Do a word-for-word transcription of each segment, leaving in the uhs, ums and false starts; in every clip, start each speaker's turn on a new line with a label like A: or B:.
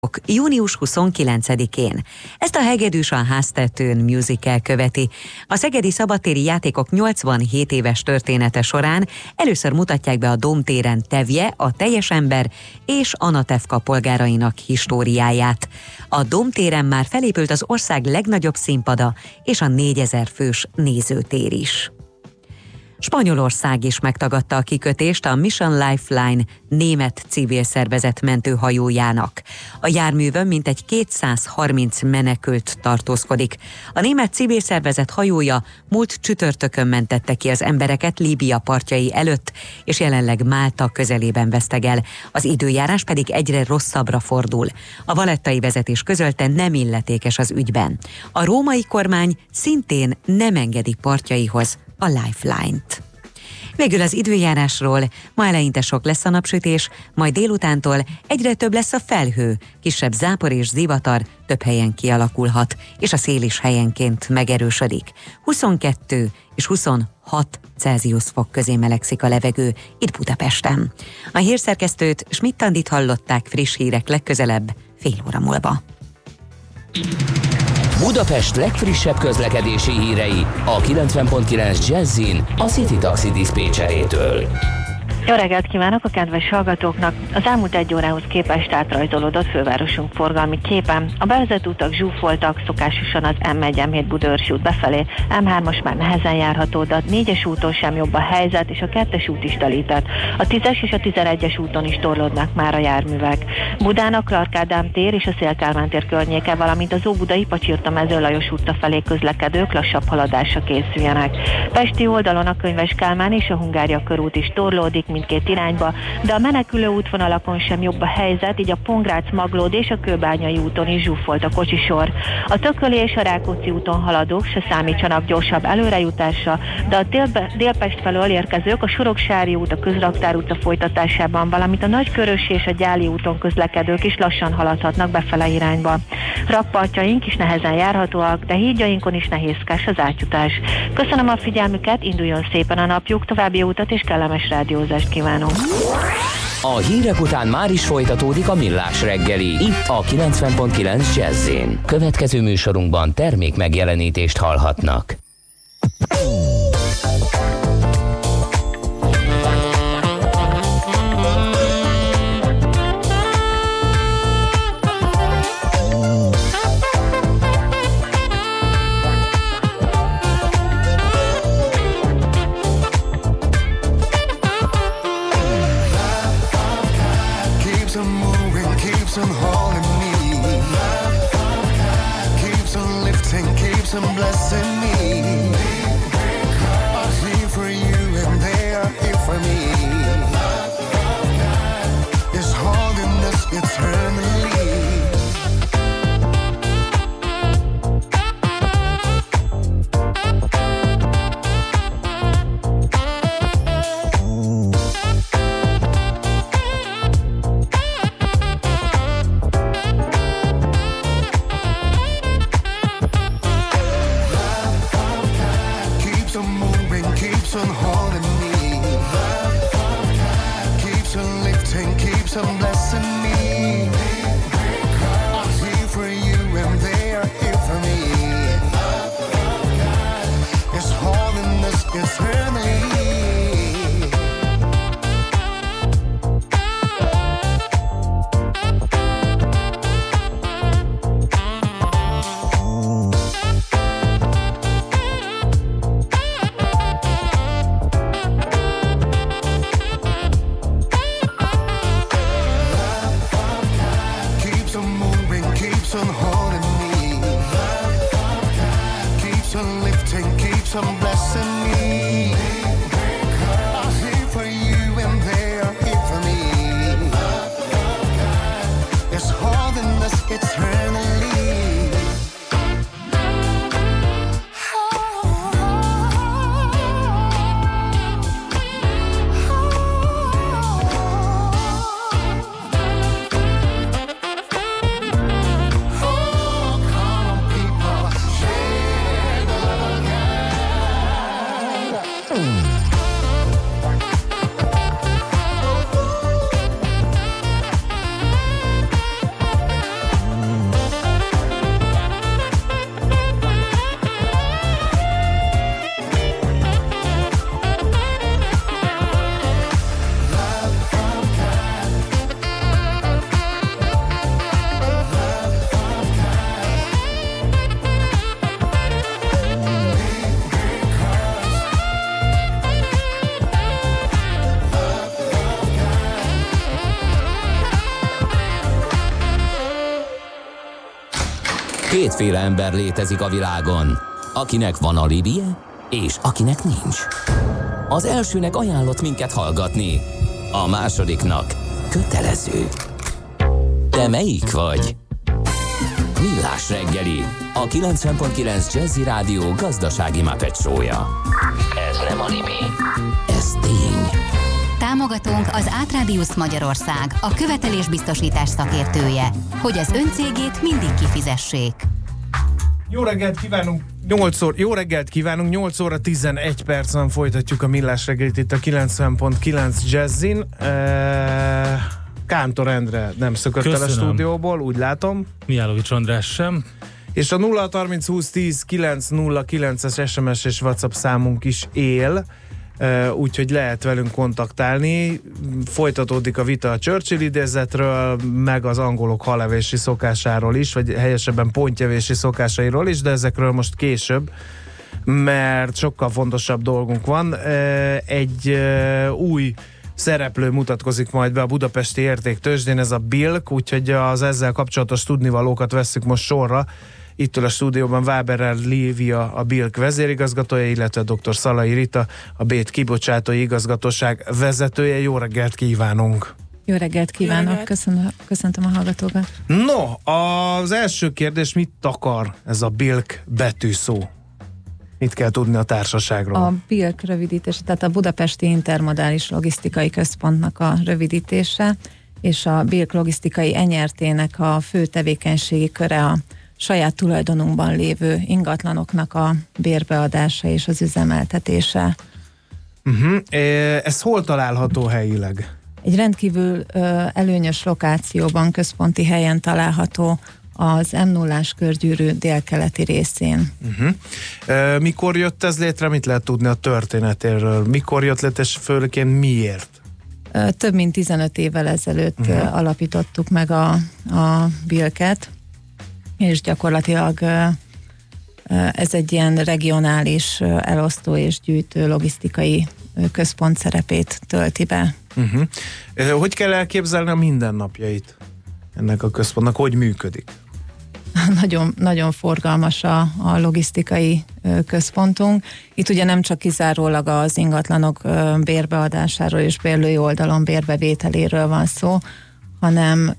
A: június huszonkilencedikén. Ezt a Hegedűs a háztetőn musical követi. A Szegedi Szabadtéri Játékok nyolcvanhét éves története során először mutatják be a Dóm téren Tevje, a Teljes ember és Anatevka polgárainak históriáját. A Dóm téren már felépült az ország legnagyobb színpada és a négyezer fős nézőtér is. Spanyolország is megtagadta a kikötést a Mission Lifeline német civil szervezet mentőhajójának. A járművön mintegy kétszázharminc menekült tartózkodik. A német civil szervezet hajója múlt csütörtökön mentette ki az embereket Líbia partjai előtt, és jelenleg Málta közelében vesztegel. Az időjárás pedig egyre rosszabbra fordul. A valettai vezetés közölte, nem illetékes az ügyben. A római kormány szintén nem engedi partjaihoz a Lifeline-t. Végül az időjárásról: ma eleinte sok lesz a napsütés, majd délutántól egyre több lesz a felhő, kisebb zápor és zivatar több helyen kialakulhat, és a szél is helyenként megerősödik. huszonkettő és huszonhat Celsius fok közé melegszik a levegő itt Budapesten. A hírszerkesztőt, Schmidt Andit hallották, friss hírek legközelebb fél óra múlva.
B: Budapest legfrissebb közlekedési hírei a kilencven pont kilenc Jazzin a City Taxi diszpécserétől.
C: Jó reggelt kívánok a kedves hallgatóknak! Az elmúlt egy órához képest átrajzolódott fővárosunk forgalmi képen. A bevezető utak zsúfoltak, szokásosan az M egy M hét Budaörsi út befelé, M hármas már nehezen járható, de a négyes úton sem jobb a helyzet, és a kettes út is telített. A tízes és a tizenegyes úton is torlódnak már a járművek. Budán a Clark Ádám tér és a Széll-Kálmán tér környéke, valamint az Óbudai Pacsirta Mező Lajos útta felé közlekedők lassabb haladásra készüljenek. Pesti oldalon a Könyves Kálmán és a Hungária körút is torlódik mindkét irányba, de a menekülő útvonalakon sem jobb a helyzet, így a Pongrác-Maglód és a Kőbányai úton is zsúfolt a kocsisor. A Tököli és a Rákóczi úton haladók se számítsanak gyorsabb előrejutásra, de a Délbe, Délpest felől érkezők a Soroksári út, a Közraktár utca folytatásában, valamint a Nagykörösi és a Gyáli úton közlekedők is lassan haladhatnak befele irányba. Rakpartjaink is nehezen járhatóak, de hídjainkon is nehézkes az átjutás. Köszönöm a figyelmüket, induljon szépen a napjuk, további utat és kellemes rádiózást kívánunk.
B: A hírek után már is folytatódik a Millás reggeli, itt a kilencven pont kilenc Jazzin. Következő műsorunkban termék megjelenítést hallhatnak.
D: And blessing me. I'm here for you and they are here for me. It's holding us eternally.
B: Kétféle ember létezik a világon, akinek van alibije, és akinek nincs. Az elsőnek ajánlott minket hallgatni, a másodiknak kötelező. Te melyik vagy? Millás reggeli, a kilencven pont kilenc Jazzy Rádió gazdasági Muppet show-ja. Ez nem anime, ez tény.
E: Támogatónk az Átrádiusz Magyarország, a követelésbiztosítás szakértője, hogy az öncégét mindig kifizessék.
F: Jó reggelt kívánunk! nyolc óra, jó reggelt kívánunk! nyolc óra tizenegy percen folytatjuk a Millás reggelit itt a kilencven pont kilenc Jazzin. E- Kántor Endre nem szökött el a stúdióból, úgy látom.
G: Mijálovics András sem.
F: És a nulla harminc húsz tíz kilenc nulla kilences es em es és WhatsApp számunk is él, úgyhogy lehet velünk kontaktálni. Folytatódik a vita a Churchill idézetről, meg az angolok halevési szokásáról is, vagy helyesebben pontjevési szokásairól is, de ezekről most később, mert sokkal fontosabb dolgunk van. Egy új szereplő mutatkozik majd be a budapesti értéktőzsdén, ez a Bilk, úgyhogy az ezzel kapcsolatos tudnivalókat vesszük most sorra. Itt ül a stúdióban Váberer Lívia, a Bilk vezérigazgatója, illetve dr. Szalai Rita, a Bét kibocsátói igazgatóság vezetője. Jó reggelt kívánunk!
H: Jó reggelt kívánok, Köszönöm, köszöntöm a hallgatókat.
F: No, az első kérdés, mit akar ez a Bilk betűszó? Mit kell tudni a társaságról?
H: A Bilk rövidítése, tehát a Budapesti Intermodális Logisztikai Központnak a rövidítése, és a Bilk logisztikai enyertének a fő tevékenységi köre a saját tulajdonunkban lévő ingatlanoknak a bérbeadása és az üzemeltetése.
F: Uh-huh. Ez hol található helyileg?
H: Egy rendkívül ö, előnyös lokációban, központi helyen található az em nullás körgyűrű délkeleti részén.
F: Uh-huh. Mikor jött ez létre, mit lehet tudni a történetéről? Mikor jött létre, és főként miért?
H: Több mint tizenöt évvel ezelőtt uh-huh. alapítottuk meg a, a Bilket, és gyakorlatilag ez egy ilyen regionális elosztó és gyűjtő logisztikai központ szerepét tölti be.
F: Uh-huh. Hogy kell elképzelni a mindennapjait ennek a központnak? Hogy működik?
H: Nagyon, nagyon forgalmas a, a logisztikai központunk. Itt ugye nem csak kizárólag az ingatlanok bérbeadásáról és bérlői oldalon bérbevételéről van szó, hanem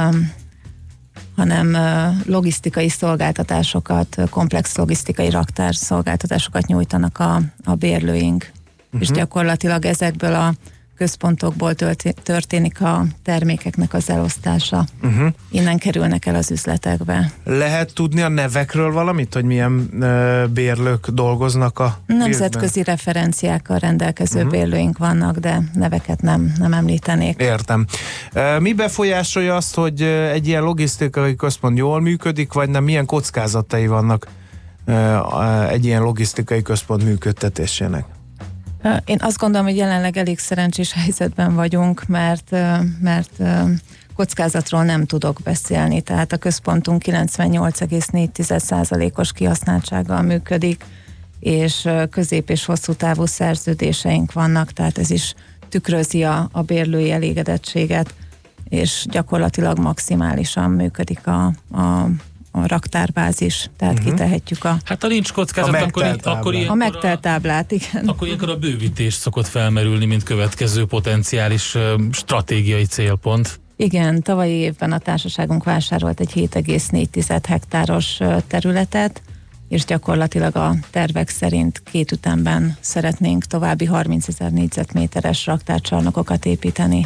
H: hanem logisztikai szolgáltatásokat, komplex logisztikai raktár szolgáltatásokat nyújtanak a, a bérlőink. Uh-huh. És gyakorlatilag ezekből a központokból történik a termékeknek az elosztása. Uh-huh. Innen kerülnek el az üzletekbe.
F: Lehet tudni a nevekről valamit, hogy milyen uh, bérlők dolgoznak a
H: nemzetközi bérben? Referenciákkal rendelkező uh-huh. bérlőink vannak, de neveket nem, nem említenék.
F: Értem. Uh, mi befolyásolja azt, hogy egy ilyen logisztikai központ jól működik, vagy nem? Milyen kockázatai vannak uh, egy ilyen logisztikai központ működtetésének?
H: Én azt gondolom, hogy jelenleg elég szerencsés helyzetben vagyunk, mert, mert kockázatról nem tudok beszélni. Tehát a központunk kilencvennyolc egész négy százalékos kihasználtsággal működik, és közép- és hosszú távú szerződéseink vannak, tehát ez is tükrözi a, a bérlői elégedettséget, és gyakorlatilag maximálisan működik a, a a raktárbázis, tehát uh-huh. kitehetjük a...
G: Hát ha nincs kockázat, akkor, akkor
H: a megtelt táblát, igen.
G: Akkor ilyenkor a bővítés szokott felmerülni, mint következő potenciális uh, stratégiai célpont.
H: Igen, tavalyi évben a társaságunk vásárolt egy hét egész négy hektáros területet, és gyakorlatilag a tervek szerint két ütemben szeretnénk további harmincezer négyzetméteres raktárcsarnokokat építeni.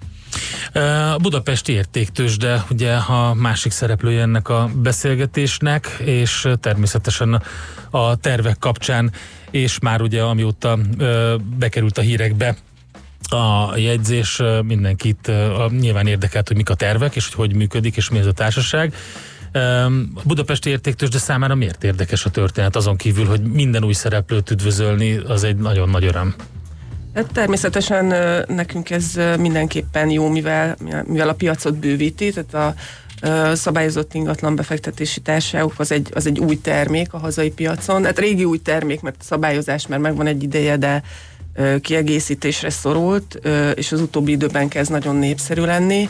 G: A budapesti értéktőzsde ugye a másik szereplője ennek a beszélgetésnek, és természetesen a tervek kapcsán, és már ugye amióta bekerült a hírekbe a jegyzés, mindenkit nyilván érdekelt, hogy mik a tervek, és hogy hogy működik, és mi ez a társaság. A budapesti értéktőzsde számára miért érdekes a történet, azon kívül, hogy minden új szereplőt üdvözölni, az egy nagyon nagy öröm.
I: Természetesen nekünk ez mindenképpen jó, mivel, mivel a piacot bővíti, tehát a szabályozott ingatlan befektetési társaságok az egy, az egy új termék a hazai piacon. Hát régi új termék, mert a szabályozás már megvan egy ideje, de kiegészítésre szorult, és az utóbbi időben kezd nagyon népszerű lenni.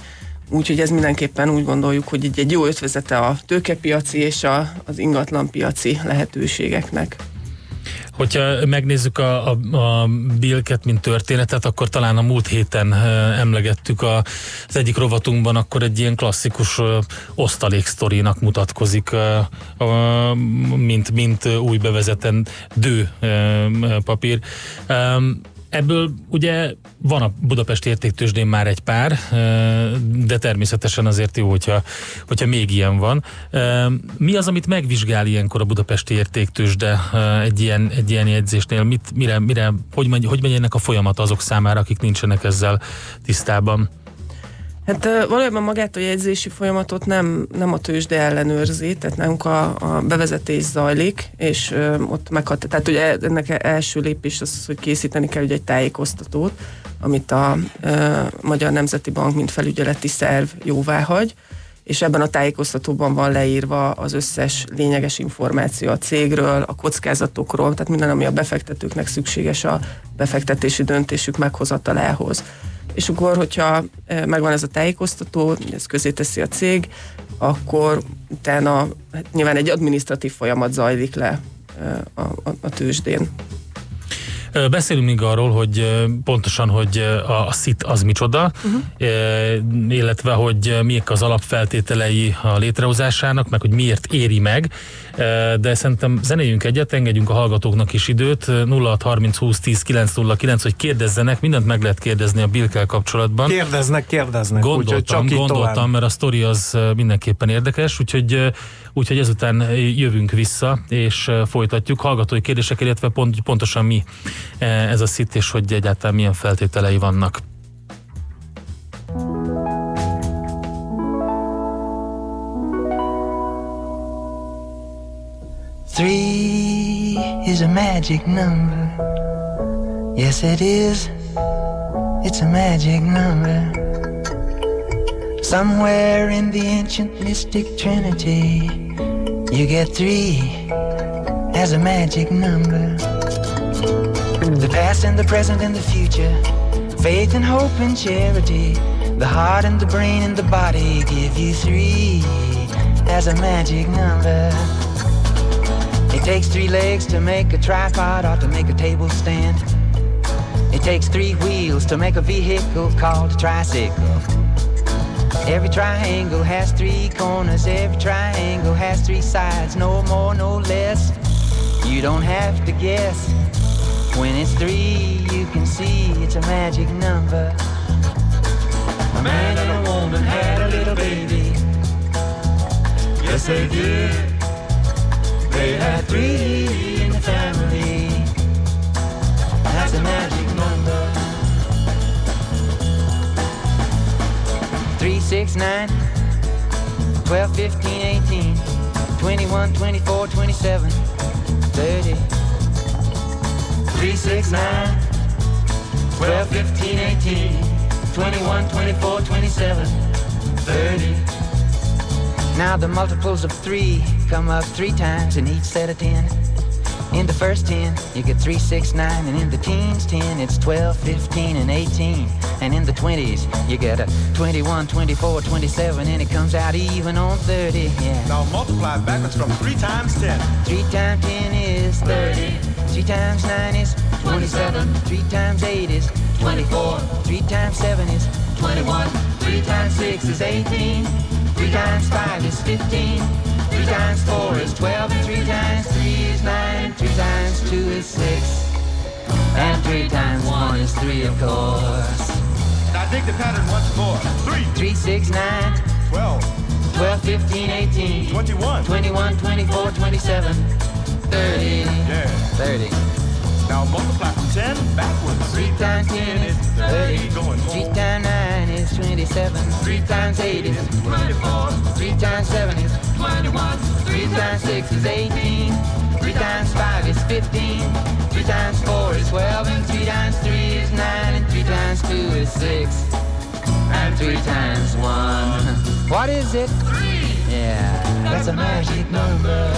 I: Úgyhogy ez mindenképpen úgy gondoljuk, hogy egy, egy jó ötvözete a tőkepiaci és a, az ingatlanpiaci lehetőségeknek.
G: Hogyha megnézzük a, a, a Bilket, mint történetet, akkor talán a múlt héten uh, emlegettük a, az egyik rovatunkban, akkor egy ilyen klasszikus uh, osztaléksztorinak mutatkozik, uh, uh, mint, mint uh, új bevezetendő uh, papír. Um, Ebből ugye van a Budapesti Értéktőzsdén már egy pár, de természetesen azért jó, hogyha, hogyha még ilyen van. Mi az, amit megvizsgál ilyenkor a Budapesti Értéktőzsde egy ilyen, egy ilyen jegyzésnél? Mit, mire, mire, hogy, megy, hogy megy ennek a folyamat azok számára, akik nincsenek ezzel tisztában?
I: Hát valójában magát a jegyzési folyamatot nem, nem a tőzsde ellenőrzi, tehát nálunk a, a bevezetés zajlik, és ö, ott meghat, tehát ugye ennek első lépés az, hogy készíteni kell ugye egy tájékoztatót, amit a ö, Magyar Nemzeti Bank, mint felügyeleti szerv jóváhagy, és ebben a tájékoztatóban van leírva az összes lényeges információ a cégről, a kockázatokról, tehát minden, ami a befektetőknek szükséges a befektetési döntésük meghozatalához. És akkor, hogyha megvan ez a tájékoztató, ez közé teszi a cég, akkor utána hát nyilván egy adminisztratív folyamat zajlik le a, a, a tőzsdén.
G: Beszélünk még arról, hogy pontosan, hogy a szit az micsoda, uh-huh. illetve, hogy miek az alapfeltételei a létrehozásának, meg hogy miért éri meg, de szerintem zenéljünk egyet, engedjünk a hallgatóknak is időt, nulla hat harminc húsz tíz kilenc nulla kilenc, hogy kérdezzenek, mindent meg lehet kérdezni a Bilkkel kapcsolatban.
F: Kérdeznek, kérdeznek.
G: Gondoltam, úgy, gondoltam, tovább. Mert a sztori az mindenképpen érdekes, úgyhogy, úgyhogy ezután jövünk vissza, és folytatjuk hallgatói kérdések, illetve pont, pontosan mi ez a szit, és hogy egyáltalán milyen feltételei vannak.
J: Three is a magic number. Yes, it is. It's a magic number. Somewhere in the ancient mystic trinity, you get three as a magic number. The past and the present and the future, faith and hope and charity, the heart and the brain and the body give you three as a magic number. It takes three legs to make a tripod or to make a table stand. It takes three wheels to make a vehicle called a tricycle. Every triangle has three corners, every triangle has three sides, no more, no less. You don't have to guess. When it's three, you can see it's a magic number. A man and a woman had a little baby. Yes, they did. They had three in the family. That's a magic number. Three, six, nine, twelve, fifteen, eighteen, twenty-one, twenty-four, twenty-seven, thirty. Three, six, nine, twelve, fifteen, eighteen, twenty-one, twenty-four, twenty-seven, thirty. Now the multiples of three come up three times in each set of ten. In the first ten, you get three, six, nine, and in the teens, ten, it's twelve, fifteen, and eighteen. And in the twenties, you get a twenty-one, twenty-four, twenty-seven, and it comes out even on thirty, yeah.
K: Now multiply backwards from three times ten.
J: Three times ten is thirty. Three times nine is twenty-seven. Three times eight is twenty-four. Three times seven is twenty-one. Three times six is eighteen. Three times five is fifteen. Three times four is twelve. And three times three is nine. Three times two is six. And three times one is three, of course.
K: Now dig the pattern once more. Three.
J: Three, six, nine.
K: Twelve.
J: Twelve, fifteen, eighteen.
K: Twenty-one.
J: Twenty-one, twenty-four, twenty-seven. Thirty.
K: Yeah.
J: Thirty.
K: Now multiply from ten backwards.
J: Three times ten is thirty. Three times nine is twenty-seven. Three times eight is twenty-four. Three times seven is twenty-one. Three times six is eighteen. Three times five is fifteen. Three times four is twelve. And three times three is nine. And three times two is six. And three times one. What is it? Three. Yeah, that's a magic number.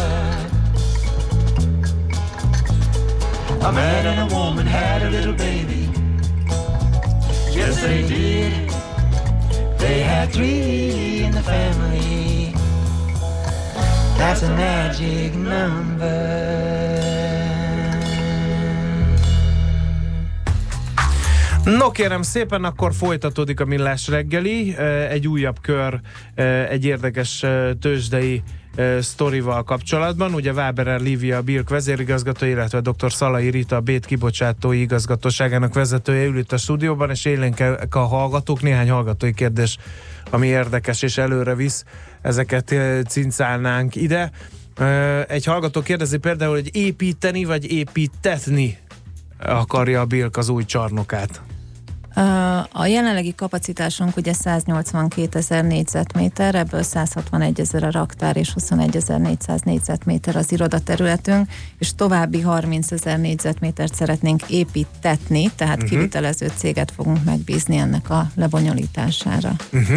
J: A man and a woman had a little baby. Yes, they did. They had three in the family. That's a magic number.
F: No kérem szépen, akkor folytatódik a Millás reggeli, egy újabb kör, egy érdekes tőzsdei sztorival kapcsolatban. Ugye Waberer Lívia, a Bilk vezérigazgató, illetve dr. Szalai Rita, a Bét kibocsátói igazgatóságának vezetője ül itt a stúdióban, és élénkek a hallgatók, néhány hallgatói kérdés, ami érdekes és előre visz, ezeket cincálnánk ide. Egy hallgató kérdezi például, hogy építeni vagy építetni akarja a Bilk az új csarnokát.
H: A jelenlegi kapacitásunk ugye száznyolcvankétezer négyzetméter, ebből százhatvanegyezer a raktár és huszonegyezer-négyszáz négyzetméter az irodaterületünk, és további harmincezer négyzetmétert szeretnénk építetni, tehát uh-huh. kivitelező céget fogunk megbízni ennek a lebonyolítására.
F: Uh-huh.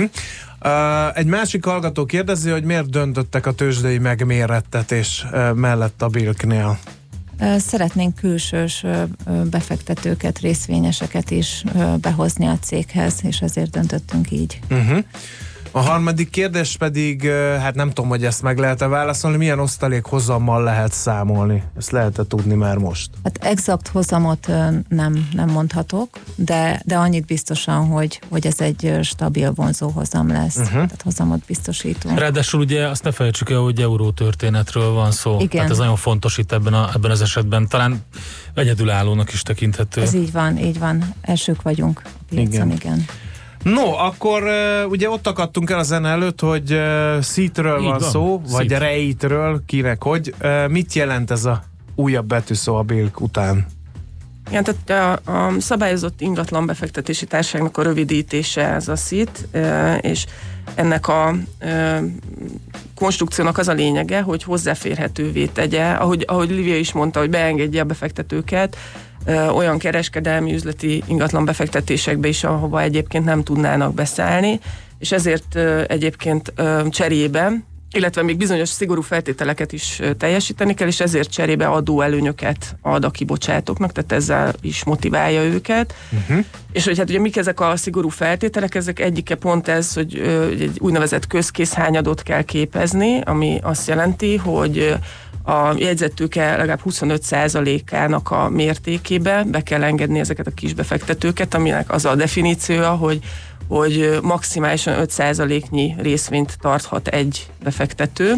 F: Uh, egy másik hallgató kérdezi, hogy miért döntöttek a tőzsdei megmérettetés uh, mellett a Bilknél?
H: Szeretnénk külsős befektetőket, részvényeseket is behozni a céghez, és ezért döntöttünk így.
F: Uh-huh. A harmadik kérdés pedig, hát nem tudom, hogy ezt meg lehet-e válaszolni, milyen osztalék hozammal lehet számolni? Ezt lehet-e tudni már most?
H: Hát exakt hozamot nem, nem mondhatok, de, de annyit biztosan, hogy, hogy ez egy stabil vonzó hozam lesz. Uh-huh. Tehát hozamot biztosítunk.
G: Ráadásul ugye azt ne felejtsük el, hogy euró történetről van szó.
H: Igen.
G: Tehát ez nagyon fontos itt ebben, a, ebben az esetben. Talán egyedülállónak is tekinthető.
H: Ez így van, így van. Elsők vagyunk a piacon, igen. igen.
F: No, akkor uh, ugye ott akadtunk el a zene előtt, hogy uh, szítről van, van szó, vagy Szít. rejtről, kinek hogy. Uh, mit jelent ez a újabb betűszó a Bilk után?
I: Igen, tehát a, a szabályozott ingatlan befektetési társaságnak a rövidítése ez a szít, uh, és ennek a uh, konstrukciónak az a lényege, hogy hozzáférhetővé tegye, ahogy, ahogy Lívia is mondta, hogy beengedje a befektetőket, olyan kereskedelmi, üzleti ingatlan befektetésekbe is, ahova egyébként nem tudnának beszállni, és ezért egyébként cserébe, illetve még bizonyos szigorú feltételeket is teljesíteni kell, és ezért cserébe adóelőnyöket ad a kibocsátóknak, tehát ezzel is motiválja őket. Uh-huh. És hogy hát ugye mik ezek a szigorú feltételek, ezek egyike pont ez, hogy egy úgynevezett közkészhányadot kell képezni, ami azt jelenti, hogy a jegyzettőke legalább huszonöt százalékának a mértékébe be kell engedni ezeket a kisbefektetőket, aminek az a definíciója, hogy, hogy maximálisan öt százaléknyi részvényt tarthat egy befektető,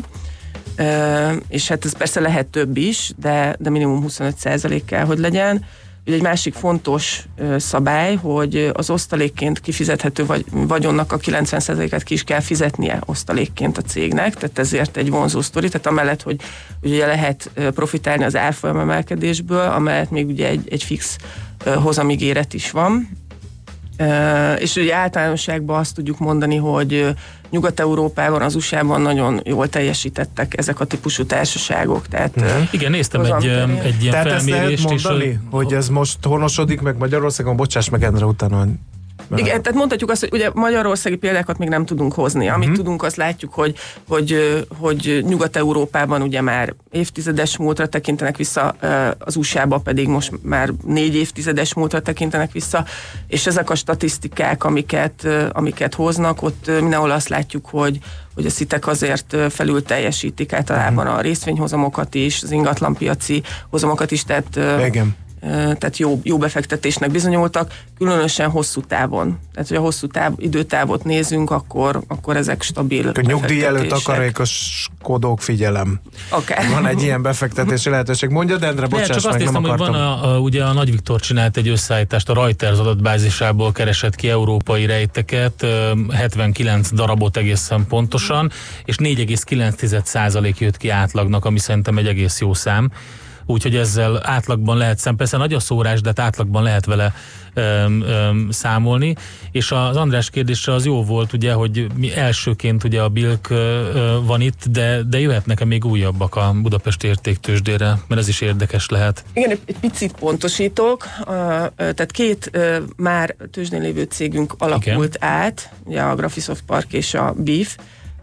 I: és hát ez persze lehet több is, de, de minimum huszonöt százalék kell, hogy legyen. Egy másik fontos szabály, hogy az osztalékként kifizethető vagy, vagyonnak a kilencven százalékát ki is kell fizetnie osztalékként a cégnek, tehát ezért egy vonzó sztori, tehát amellett, hogy ugye lehet profitálni az árfolyam emelkedésből, amellett még ugye egy, egy fix hozamígéret is van. Uh, és ugye általánosságban azt tudjuk mondani, hogy Nyugat-Európában, az u es á-ban nagyon jól teljesítettek ezek a típusú társaságok. Tehát,
G: uh-huh. uh, Igen, néztem egy, egy ilyen
F: tehát
G: felmérést.
F: Tehát ezt lehet mondani, és, hogy ez most honosodik meg Magyarországon? Bocsáss meg Endre utána.
I: Igen, tehát mondhatjuk azt, hogy ugye magyarországi példákat még nem tudunk hozni. Amit uh-huh. tudunk, azt látjuk, hogy, hogy, hogy Nyugat-Európában ugye már évtizedes múltra tekintenek vissza, az u es á-ba pedig most már négy évtizedes múltra tekintenek vissza, és ezek a statisztikák, amiket, amiket hoznak, ott mindenhol azt látjuk, hogy hogy a szitek azért felül teljesítik általában a részvényhozamokat is, az ingatlanpiaci hozamokat is, tehát
F: igen.
I: tehát jó, jó befektetésnek bizonyultak, különösen hosszú távon. Tehát, hogy a hosszú táv, időtávot nézünk, akkor, akkor ezek stabil
F: a nyugdíj előtt takarékoskodók, figyelem.
I: Okay.
F: Van egy ilyen befektetési lehetőség. Mondja, Endre, bocsáss meg,
G: csak azt
F: nem
G: néztem,
F: akartam.
G: Hogy van a, a, ugye a Nagy Viktor csinált egy összeállítást, a Reuters adatbázisából keresett ki európai rejteket, hetvenkilenc darabot egészen pontosan, és négy egész kilenc százalék jött ki átlagnak, ami szerintem egy egész jó szám. Úgyhogy ezzel átlagban lehet szem, persze nagy a szórás, de átlagban lehet vele öm, öm, számolni, és az András kérdése az jó volt, ugye, hogy mi elsőként ugye a Bilk ö, van itt, de, de jöhetnek-e még újabbak a Budapesti Értéktőzsdére, mert ez is érdekes lehet.
I: Igen, egy, egy picit pontosítok, uh, tehát két uh, már tőzsdén lévő cégünk alakult Igen. át, ugye a Graphisoft Park és a bé i ef,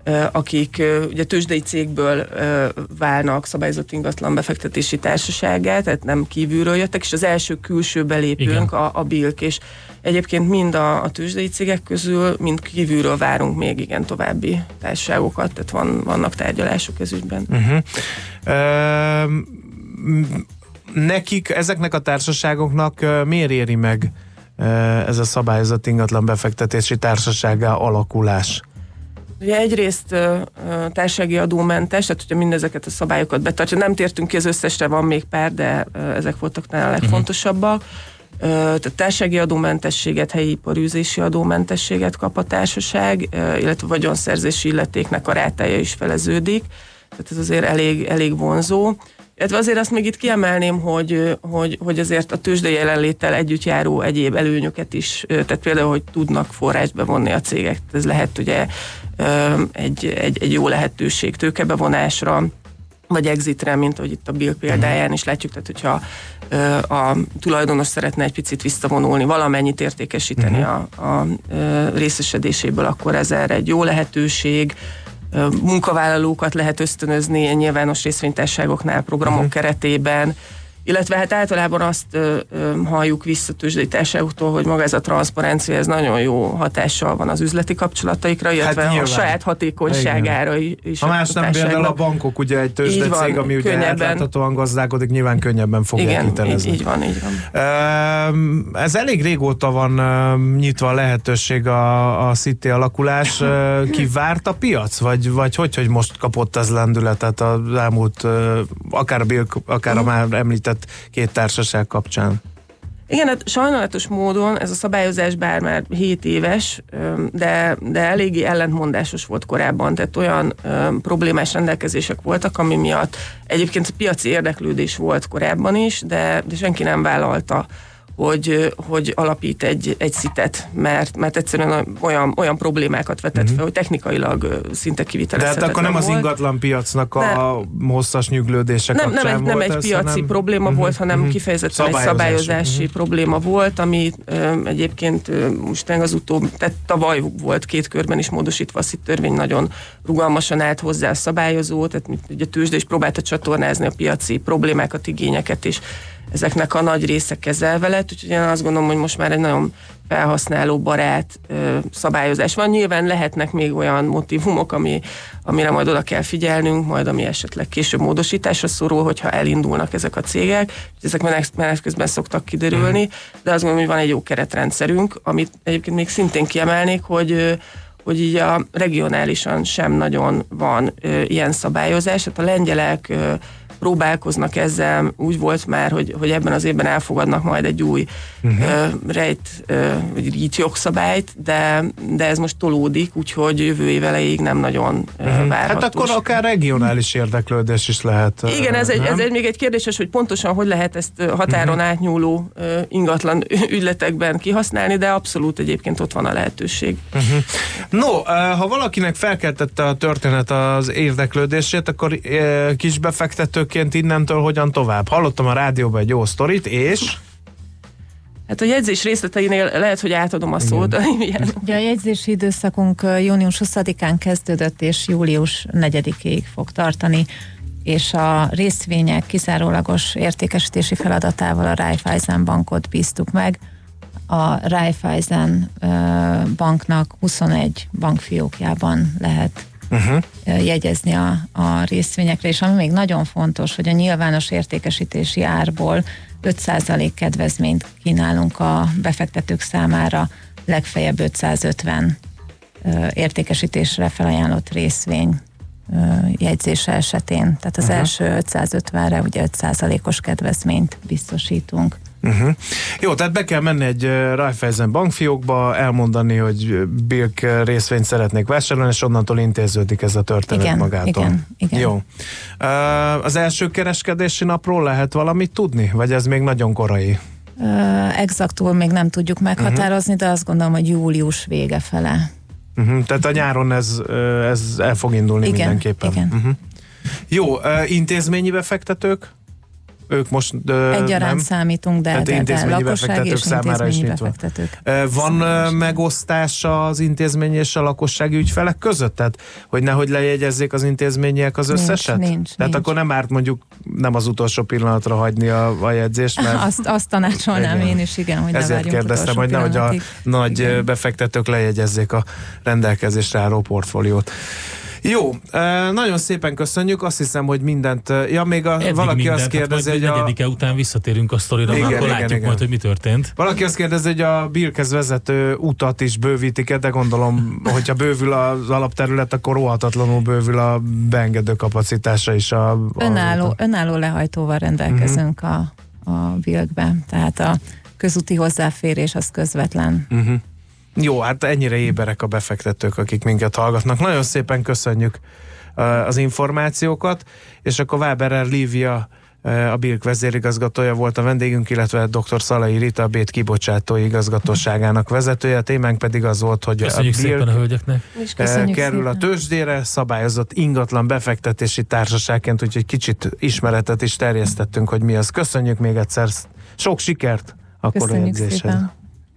I: akik ugye tőzsdei cégből válnak szabályozott ingatlan befektetési társasággá, tehát nem kívülről jöttek, és az első külső belépőnk a, a Bilk, és egyébként mind a, a tőzsdei cégek közül, mind kívülről várunk még igen további társaságokat, tehát van, vannak tárgyalások ez ügyben.
F: Uh-huh. Uh, nekik, ezeknek a társaságoknak miért éri meg ez a szabályozott ingatlan befektetési társasággá alakulás?
I: Ugye egyrészt társasági adómentes, tehát hogyha mindezeket a szabályokat betartja, nem tértünk ki az összesre, van még pár, de ezek voltak nála a legfontosabbak. Tehát társasági adómentességet, helyi iparűzési adómentességet kap a társaság, illetve vagyonszerzési illetéknek a rátája is feleződik, tehát ez azért elég, elég vonzó. Illetve azért azt még itt kiemelném, hogy, hogy, hogy azért a tőzsdei jelenléttel együtt járó egyéb előnyöket is, tehát például, hogy tudnak forrást bevonni a cégek, ez lehet ugye egy, egy, egy jó lehetőség tőkebevonásra, vagy exitre, mint ahogy itt a Bilk példáján is látjuk, tehát hogyha a tulajdonos szeretne egy picit visszavonulni, valamennyit értékesíteni a, a részesedéséből, akkor ez erre egy jó lehetőség. Munkavállalókat lehet ösztönözni nyilvános részvénytársaságoknál, programok uh-huh. keretében, illetve hát általában azt ö, ö, halljuk vissza tőzsdei társaságoktól, hogy maga ez a transzparencia, ez nagyon jó hatással van az üzleti kapcsolataikra, illetve hát a saját hatékonyságára igen. is.
F: Ha más nem, például a bankok, ugye egy tőzsdecég, ami ugye átláthatóan gazdálkodik, nyilván könnyebben fogják hitelezni.
I: Igen, így, így van, így van.
F: Ez elég régóta van nyitva a lehetőség a, a City alakulás. Kivárt a piac? Vagy, vagy hogy, hogy most kapott ez lendületet az elmúlt, akár a Bilk, akár a már említett két társaság kapcsán?
I: Igen, hát sajnálatos módon ez a szabályozás bár már hét éves, de, de eléggé ellentmondásos volt korábban, tehát olyan um, problémás rendelkezések voltak, ami miatt egyébként a piaci érdeklődés volt korábban is, de, de senki nem vállalta, hogy, hogy alapít egy, egy szitet, mert, mert egyszerűen olyan, olyan problémákat vetett fel, hogy technikailag szinte kivitelezhetetlen
F: volt. De hát akkor nem
I: volt.
F: Az ingatlan piacnak a ne, hosszas nyüglődése
I: nem,
F: kapcsán
I: nem egy,
F: volt
I: nem egy
F: ez,
I: piaci
F: hanem,
I: probléma uh-huh, volt, hanem uh-huh, kifejezetten szabályozási. egy szabályozási uh-huh. probléma volt, ami um, egyébként um, most az utóbb, tehát tavaly volt két körben is módosítva a szit törvény, nagyon rugalmasan állt hozzá a szabályozó, tehát ugye tőzsde is próbálta csatornázni a piaci problémákat, igényeket is, ezeknek a nagy része kezelve lett, úgyhogy én azt gondolom, hogy most már egy nagyon felhasználó barát ö, szabályozás van. Nyilván lehetnek még olyan motívumok, ami, amire majd oda kell figyelnünk, majd ami esetleg később módosításra szorul, hogyha elindulnak ezek a cégek. Ezek menet, menet közben szoktak kiderülni, de azt gondolom, hogy van egy jó keretrendszerünk, amit egyébként még szintén kiemelnék, hogy hogy így a regionálisan sem nagyon van ö, ilyen szabályozás. Tehát a lengyelek ö, próbálkoznak ezzel, úgy volt már, hogy, hogy ebben az évben elfogadnak majd egy új uh-huh. ö, rejt, ö, vagy jogszabályt, de, de ez most tolódik, úgyhogy jövő év elejéig nem nagyon uh-huh. várhatós.
F: Hát akkor akár regionális érdeklődés is lehet.
I: Igen, ez egy, ez egy még egy kérdéses, hogy pontosan hogy lehet ezt határon uh-huh. átnyúló ö, ingatlan ügyletekben kihasználni, de abszolút egyébként ott van a lehetőség.
F: Uh-huh. No, ha valakinek felkeltette a történet az érdeklődését, akkor kis befektetőként innentől hogyan tovább? Hallottam a rádióban egy jó sztorit, és...
I: Hát a jegyzés részleteinél lehet, hogy átadom a szót.
H: Ugye a jegyzési időszakunk június huszadikán kezdődött, és július negyedikéig fog tartani, és a részvények kizárólagos értékesítési feladatával a Raiffeisen bankot bíztuk meg. A Raiffeisen banknak huszonegy bankfiókjában lehet uh-huh. jegyezni a, a részvényekre, és ami még nagyon fontos, hogy a nyilvános értékesítési árból öt százalék kedvezményt kínálunk a befektetők számára, legfeljebb ötszázötven értékesítésre felajánlott részvény jegyzése esetén. Tehát az uh-huh. első ötszázötvenre ugye öt százalékos kedvezményt biztosítunk.
F: Uh-huh. Jó, tehát be kell menni egy uh, Raiffeisen bankfiókba, elmondani, hogy Bilk részvényt szeretnék vásárolni, és onnantól intéződik ez a történet
H: igen,
F: magától.
H: Igen, igen.
F: Jó. Uh, az első kereskedési napról lehet valamit tudni? Vagy ez még nagyon korai?
H: Uh, exaktul még nem tudjuk meghatározni, uh-huh. de azt gondolom, hogy július vége fele.
F: Uh-huh. Tehát a nyáron ez, ez el fog indulni
H: igen,
F: mindenképpen.
H: Igen.
F: Uh-huh. Jó, uh, intézményi befektetők? ők most ö,
H: egyaránt
F: nem.
H: számítunk, de,
F: Tehát
H: de, de
F: intézményi
H: lakosság
F: befektetők
H: és
F: számára is
H: intézményi
F: nyitva.
H: befektetők.
F: Ö, Van
H: számára
F: ö,
H: is.
F: megosztása az intézményi és a lakossági ügyfelek között? Tehát, hogy nehogy lejegyezzék az intézményiek az összeset?
H: Nincs, nincs,
F: Tehát
H: nincs.
F: akkor nem árt mondjuk nem az utolsó pillanatra hagyni a, a jegyzést, mert
H: Azt, azt tanácsolnám
F: igen.
H: én is, igen, hogy ne
F: ezért
H: várjunk
F: kérdeztem,
H: utolsó
F: hogy nehogy a
H: pillanatig.
F: nagy
H: Igen.
F: ö, befektetők lejegyezzék a rendelkezésre álló portfóliót. Jó, ö, nagyon szépen köszönjük, azt hiszem, hogy mindent, ö, ja még a,
G: Eddig
F: valaki
G: mindent,
F: azt kérdezi,
G: hát
F: hogy
G: majd
F: a...
G: negyedike után visszatérünk a sztorira,
F: Igen,
G: akkor
F: igen,
G: látjuk
F: igen.
G: majd, hogy mi történt.
F: Valaki azt kérdezi, hogy a Birkhez vezető utat is bővítik-e, de gondolom, hogyha bővül az alapterület, akkor rohatatlanul bővül a beengedő kapacitása is. A, a
H: Önálló, önálló lehajtóval rendelkezünk uh-huh. a, a Vilkbe, tehát a közúti hozzáférés az közvetlen.
F: Uh-huh. Jó, hát ennyire éberek a befektetők, akik minket hallgatnak. Nagyon szépen köszönjük uh, az információkat, és akkor Váberer Lívia, uh, a Birk vezérigazgatója volt a vendégünk, illetve dr. Szalai Rita, a Bét kibocsátói igazgatóságának vezetője. A témánk pedig az volt, hogy
G: Köszönjük
F: a Birk
G: szépen a hölgyeknek.
H: És köszönjük
F: kerül
H: szépen.
F: a tőzsdére, szabályozott ingatlan befektetési társaságként, úgyhogy kicsit ismeretet is terjesztettünk, hogy mi az. Köszönjük még egyszer, sok sikert a
H: Köszönjük
F: korajegyzéshez.
H: szépen.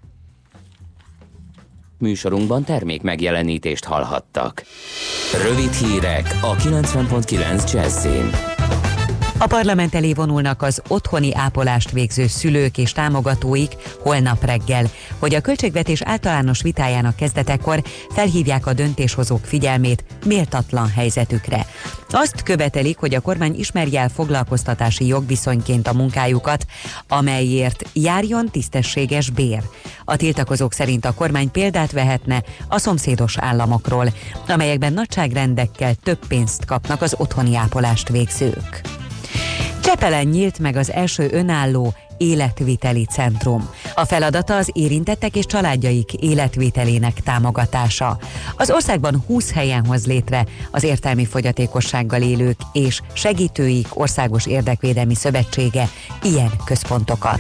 B: Műsorunkban termék megjelenítést hallhattak. Rövid hírek a kilencven pont kilenc Jazzin.
A: A parlament elé vonulnak az otthoni ápolást végző szülők és támogatóik holnap reggel, hogy a költségvetés általános vitájának kezdetekor felhívják a döntéshozók figyelmét méltatlan helyzetükre. Azt követelik, hogy a kormány ismerje el foglalkoztatási jogviszonyként a munkájukat, amelyért járjon tisztességes bér. A tiltakozók szerint a kormány példát vehetne a szomszédos államokról, amelyekben nagyságrendekkel több pénzt kapnak az otthoni ápolást végzők. Csepelen nyílt meg az első önálló életviteli centrum. A feladata az érintettek és családjaik életvitelének támogatása. Az országban húsz helyen hoz létre az értelmi fogyatékossággal élők és segítőik Országos Érdekvédelmi Szövetsége ilyen központokat.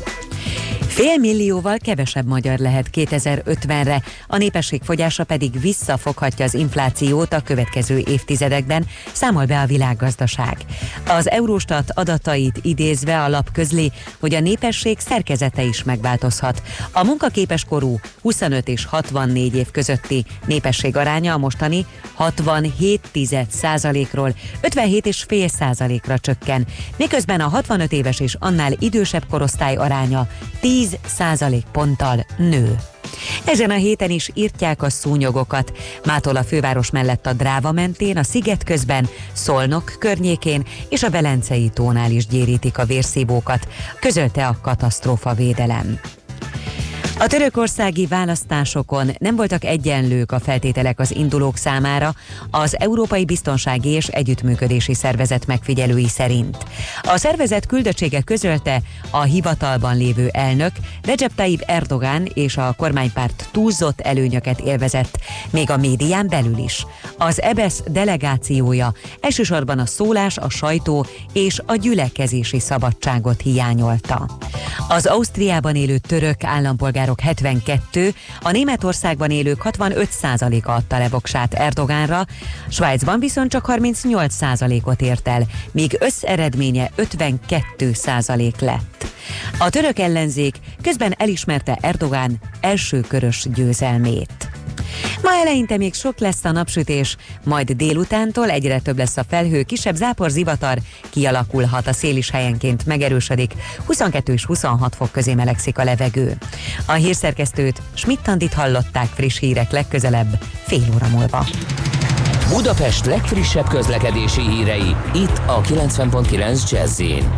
A: Fél millióval kevesebb magyar lehet kétezer-ötvenre, a népesség fogyása pedig visszafoghatja az inflációt a következő évtizedekben, számol be a világgazdaság. Az Eurostat adatait idézve a lap közli, hogy a népesség szerkezete is megváltozhat. A munkaképes korú huszonöt és hatvannégy év közötti népesség aránya a mostani hatvanhét egész százalékról ötvenhét egész öt százalékra csökken, miközben a hatvanöt éves és annál idősebb korosztály aránya tíz százalékponttal nő. Ezen a héten is írtják a szúnyogokat. Mától a főváros mellett a Dráva mentén, a Sziget közben, Szolnok környékén és a Velencei tónál is gyérítik a vérszívókat, közölte a katasztrófavédelem. A törökországi választásokon nem voltak egyenlők a feltételek az indulók számára az Európai Biztonsági és Együttműködési Szervezet megfigyelői szerint. A szervezet küldöttsége közölte, a hivatalban lévő elnök Recep Tayyip Erdogan és a kormánypárt túlzott előnyöket élvezett, még a médián belül is. Az é bé e es delegációja elsősorban a szólás, a sajtó és a gyülekezési szabadságot hiányolta. Az Ausztriában élő török állampolgár hetvenkettő, a Németországban élők hatvanöt százaléka adta le voksát Erdogánra, Svájcban viszont csak harmincnyolc százalékot ért el, míg összeredménye ötvenkettő százalék lett. A török ellenzék közben elismerte Erdogán elsőkörös győzelmét. Ma eleinte még sok lesz a napsütés, majd délutántól egyre több lesz a felhő, kisebb záporzivatar kialakulhat, a szél is helyenként megerősödik, huszonkettő és huszonhat fok közé melegszik a levegő. A hírszerkesztőt, Schmidt-Andit hallották, friss hírek legközelebb, fél óra múlva.
B: Budapest legfrissebb közlekedési hírei, itt a kilencven pont kilenc Jazz-in.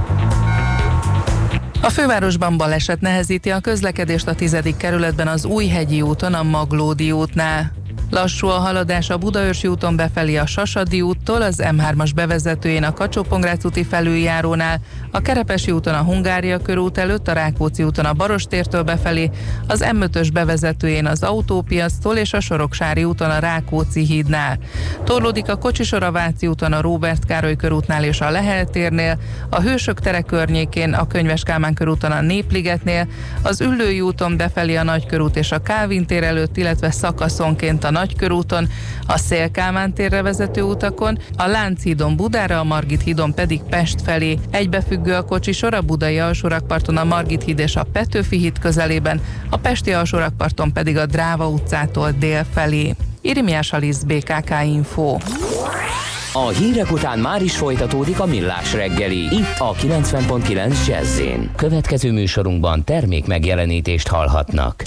L: A fővárosban baleset nehezíti a közlekedést a tizedik kerületben az Újhegyi úton, a Maglódi útnál. Lassú a haladás a Budaörsi úton befelé a Sasadi úttól, az em hármas bevezetőjén a Kacsó-Pongrác úti felüljárónál, a Kerepesi úton a Hungária körút előtt, a Rákóczi úton a Barostértől befelé, az em ötös bevezetőjén az Autópiactól és a Soroksári úton a Rákóczi hídnál. Torlódik a kocsisor a Váci úton a Róbert Károly körútnál és a Lehel térnél, a Hősök tere környékén, a Könyves Kálmán körúton a Népligetnél, az Üllői úton befelé a Nagykörút és a Kálvin tér előtt, illetve szakaszonként a Nagykörúton, a Széll-Kálmán térre vezető utakon, a Lánchídon Budára, a Margit hídon pedig Pest felé. Egybefüggő a kocsisor a budai alsórakparton a Margit híd és a Petőfi híd közelében, a pesti alsórakparton pedig a Dráva utcától dél felé. Irimiás Alisz, bé ká ká Info.
B: A hírek után már is folytatódik a Millás reggeli, itt a kilencven pont kilenc Jazz-én. Következő műsorunkban termék megjelenítést hallhatnak.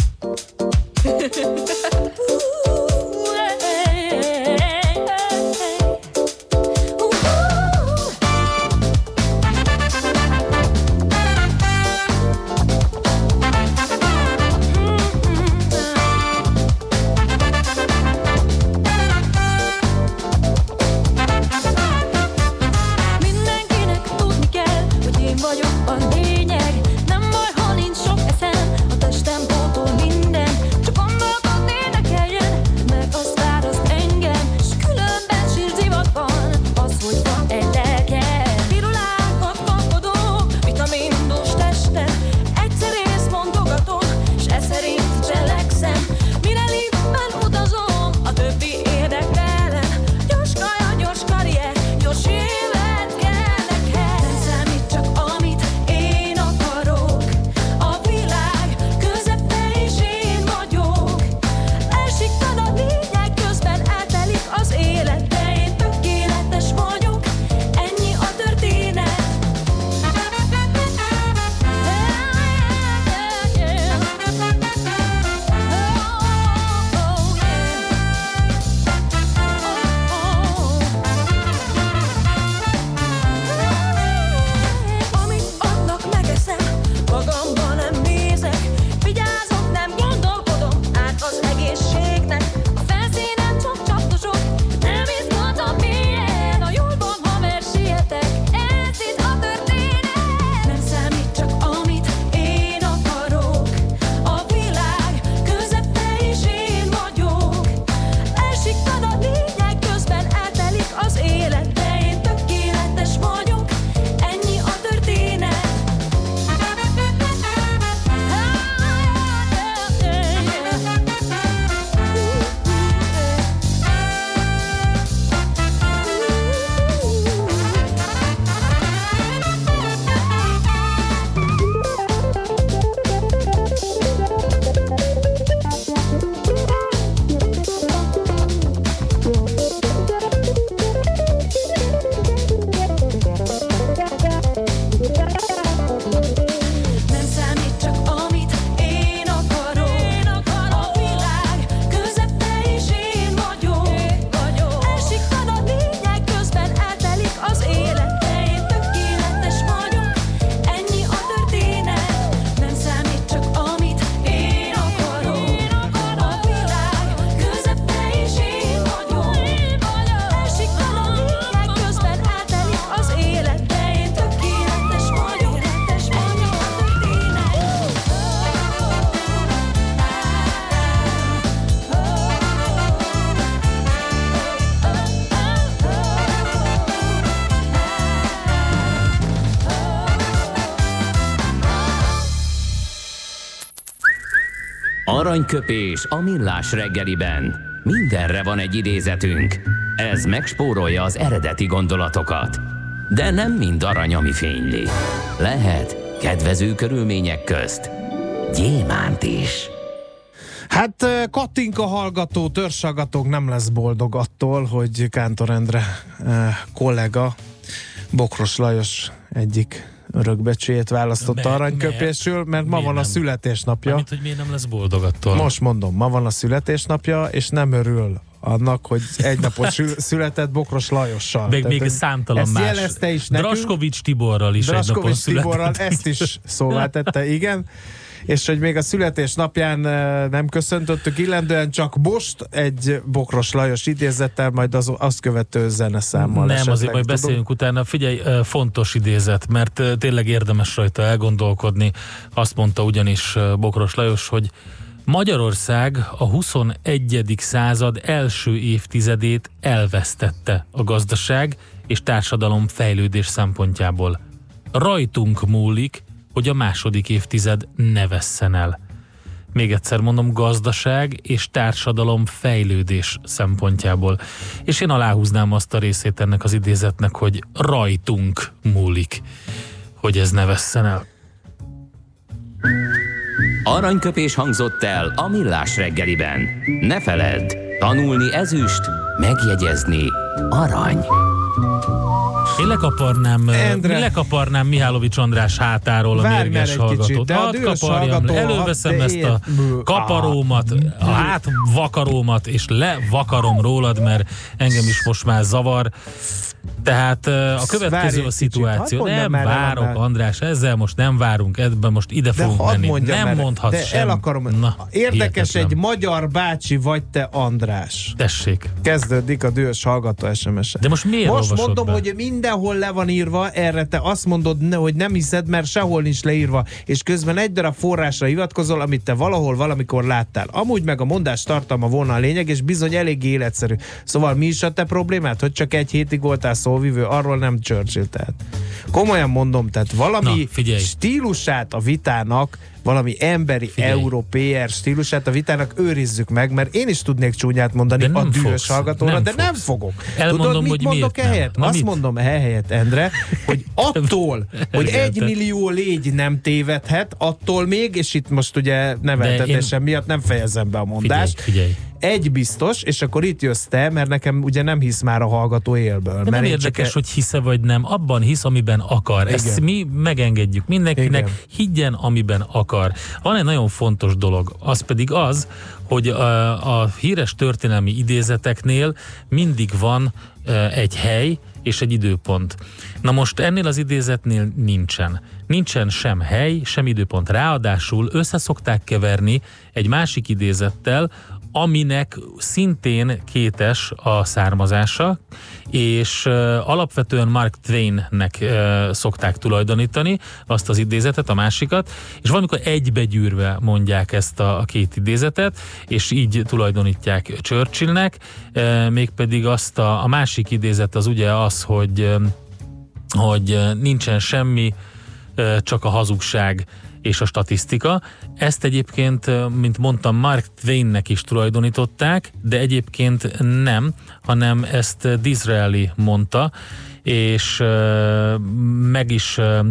B: Aranyköpés a Millás reggeliben. Mindenre van egy idézetünk. Ez megspórolja az eredeti gondolatokat. De nem mind arany, ami fényli. Lehet kedvező körülmények közt gyémánt is.
F: Hát Katinka hallgató, törzshallgatók nem lesz boldog attól, hogy Kántor Endre eh, kollega Bokros Lajos egyik örökbecsét választotta
G: Mert-
F: aranyköpésül, mert ma
G: miért
F: van a
G: nem?
F: születésnapja.
G: Mármint, hogy miért nem lesz boldog attól?
F: Most mondom, ma van a születésnapja, és nem örül annak, hogy egynapos sül- született Bokros Lajossal.
G: Még,
F: Tehát,
G: még számtalan
F: ezt
G: más.
F: jelezte is nekünk.
G: Draskovics Tiborral is egy napon
F: Draskovics
G: született.
F: Tiborral ezt is szóvá tette, igen. És hogy még a születésnapján eh, nem köszöntöttük illendően, csak most egy Bokros Lajos idézettel, majd az, azt követő zeneszámmal
G: Nem,
F: esetleg
G: azért majd
F: tudunk.
G: beszéljünk utána. Figyelj, eh, fontos idézet, mert eh, tényleg érdemes rajta elgondolkodni. Azt mondta ugyanis eh, Bokros Lajos, hogy Magyarország a huszonegyedik század első évtizedét elvesztette a gazdaság és társadalom fejlődés szempontjából. Rajtunk múlik, hogy a második évtized ne vesszen el. még egyszer mondom, gazdaság és társadalom fejlődés szempontjából. És én aláhúznám azt a részét ennek az idézetnek, hogy rajtunk múlik, hogy ez ne vesszen el.
B: Aranyköpés hangzott el a Millás reggeliben. Ne feledd, tanulni ezüst, megjegyezni arany.
G: Én lekaparnám,
F: Endre.
G: lekaparnám Mihálovics András hátáról a
F: Várj
G: mérges
F: már egy kicsit,
G: hallgatót.
F: de a
G: Hadd
F: dühös
G: kaparjam,
F: hallgató,
G: előveszem
F: hadd-
G: ezt a
F: de-
G: kaparómat, a hátvakarómat, és levakarom rólad, mert engem is most már zavar. Tehát a következő
F: Várj egy
G: a
F: kicsit,
G: szituáció.
F: hadd mondjam
G: Nem
F: már el
G: várok,
F: annál.
G: András, ezzel most nem várunk, ebben most ide
F: De
G: fogunk
F: hadd
G: menni.
F: mondjam
G: Nem
F: el,
G: mondhatsz
F: de
G: sem.
F: el akarom.
G: Na,
F: Érdekes,
G: hihetetlen.
F: egy magyar bácsi vagy te, András.
G: Tessék.
F: Kezdődik a dühös hallgató es em es-e.
G: De most miért
F: Most
G: olvasod
F: mondom,
G: be?
F: hogy mindenhol le van írva, erre te azt mondod, ne, hogy nem hiszed, mert sehol nincs leírva, és közben egy darab forrásra hivatkozol, amit te valahol valamikor láttál. Amúgy meg a mondás tartalma volna a lényeg, és bizony elég életszerű. Szóval mi is a te problémád, hogy csak egy hétig voltál szóvivő, arról nem Churchill, tehát. Komolyan mondom, tehát valami
G: Na,
F: stílusát a vitának, valami emberi,
G: Figyelj.
F: európai stílusát a vitának őrizzük meg, mert én is tudnék csúnyát mondani
G: De
F: a
G: nem
F: dühös
G: fogsz,
F: hallgatóra,
G: nem
F: de nem
G: fogsz.
F: fogok.
G: Elmondom,
F: Tudod, mit
G: hogy
F: mondok
G: miért nem.
F: ehelyett?
G: Na
F: Azt
G: mit?
F: mondom ehelyett, Endre, hogy attól, hogy egy
G: Elgette.
F: millió légy nem tévedhet, attól még, és itt most ugye neveltetésem
G: én-
F: miatt nem fejezem be a mondást,
G: Figyelj, figyelj.
F: egy biztos, és akkor itt jössz te, mert nekem ugye nem hisz már a hallgató élből.
G: De
F: mert
G: nem
F: én
G: érdekes,
F: csak
G: hogy hisz-e vagy nem, abban hisz, amiben akar.
F: Igen.
G: Ezt mi megengedjük mindenkinek,
F: Igen.
G: higgyen, amiben akar. Van egy nagyon fontos dolog, az pedig az, hogy a, a híres történelmi idézeteknél mindig van e, egy hely és egy időpont. Na most ennél az idézetnél nincsen. Nincsen sem hely, sem időpont. Ráadásul összeszokták keverni egy másik idézettel, aminek szintén kétes a származása, és uh, alapvetően Mark Twainnek uh, szokták tulajdonítani azt az idézetet, a másikat, és valamikor egybegyűrve mondják ezt a, a két idézetet, és így tulajdonítják Churchillnek, uh, mégpedig azt a, a másik idézet az ugye az, hogy, uh, hogy uh, nincsen semmi, uh, csak a hazugság és a statisztika. Ezt egyébként, mint mondtam, Mark Twainnek is tulajdonították, de egyébként nem, hanem ezt Disraeli mondta, és uh, meg is uh,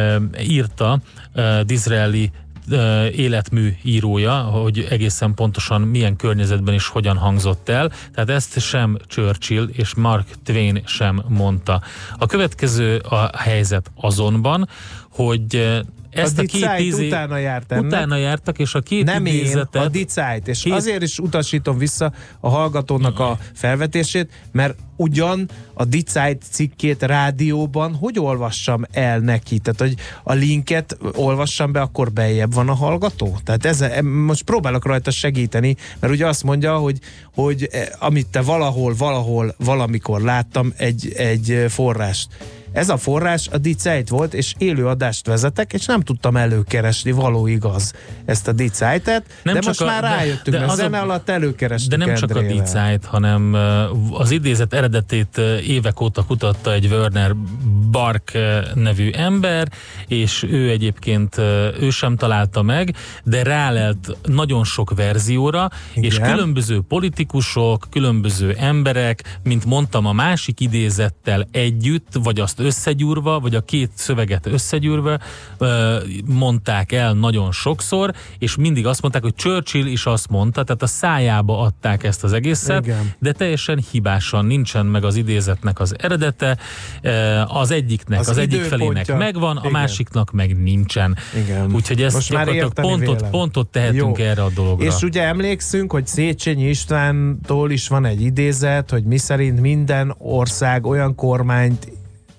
G: írta uh, Disraeli uh, életmű írója, hogy egészen pontosan milyen környezetben és hogyan hangzott el. Tehát ezt sem Churchill és Mark Twain sem mondta. A következő a helyzet azonban, hogy ezt
F: a
G: a két
F: Zeit
G: tíz év...
F: utána járt ennek.
G: Utána jártak, és a két
F: Nem
G: idézetet...
F: én, a Die Zeit, és
G: Két-
F: azért is utasítom vissza a hallgatónak a felvetését, mert ugyan a Die Zeit cikkét rádióban hogy olvassam el neki? Tehát, hogy a linket olvassam be, akkor beljebb van a hallgató? Tehát ezzel, most próbálok rajta segíteni, mert ugye azt mondja, hogy, hogy eh, amit te valahol, valahol, valamikor láttam egy, egy forrást. Ez a forrás a Die Zeit volt, és élő adást vezetek, és nem tudtam előkeresni, való igaz, ezt a Die Zeitet,
G: Nem
F: de
G: csak
F: most
G: a-
F: már
G: de-
F: rájöttünk,
G: de
F: mert
G: az a-
F: zene alatt előkerestük
G: De nem csak a
F: Endrével.
G: Die Zeit, hanem uh, az idézet eredetét uh, évek óta kutatta egy Werner Bark uh, nevű ember, és ő egyébként uh, ő sem találta meg, de rálelt nagyon sok verzióra,
F: Igen.
G: és különböző politikusok, különböző emberek, mint mondtam, a másik idézettel együtt, vagy azt összegyúrva, vagy a két szöveget összegyúrva uh, mondták el nagyon sokszor, és mindig azt mondták, hogy Churchill is azt mondta, tehát a szájába adták ezt az egészet,
F: Igen.
G: de teljesen hibásan nincsen meg az idézetnek az eredete, uh, az egyiknek, az,
F: Az
G: az egyik
F: időpontja.
G: felének megvan, a
F: Igen.
G: másiknak meg nincsen.
F: Igen.
G: Úgyhogy ezt
F: Most már
G: gyakorlatilag
F: érteni
G: pontot,
F: vélem.
G: pontot tehetünk
F: Jó.
G: erre a dologra.
F: És ugye emlékszünk, hogy Széchenyi Istvántól is van egy idézet, hogy miszerint minden ország olyan kormányt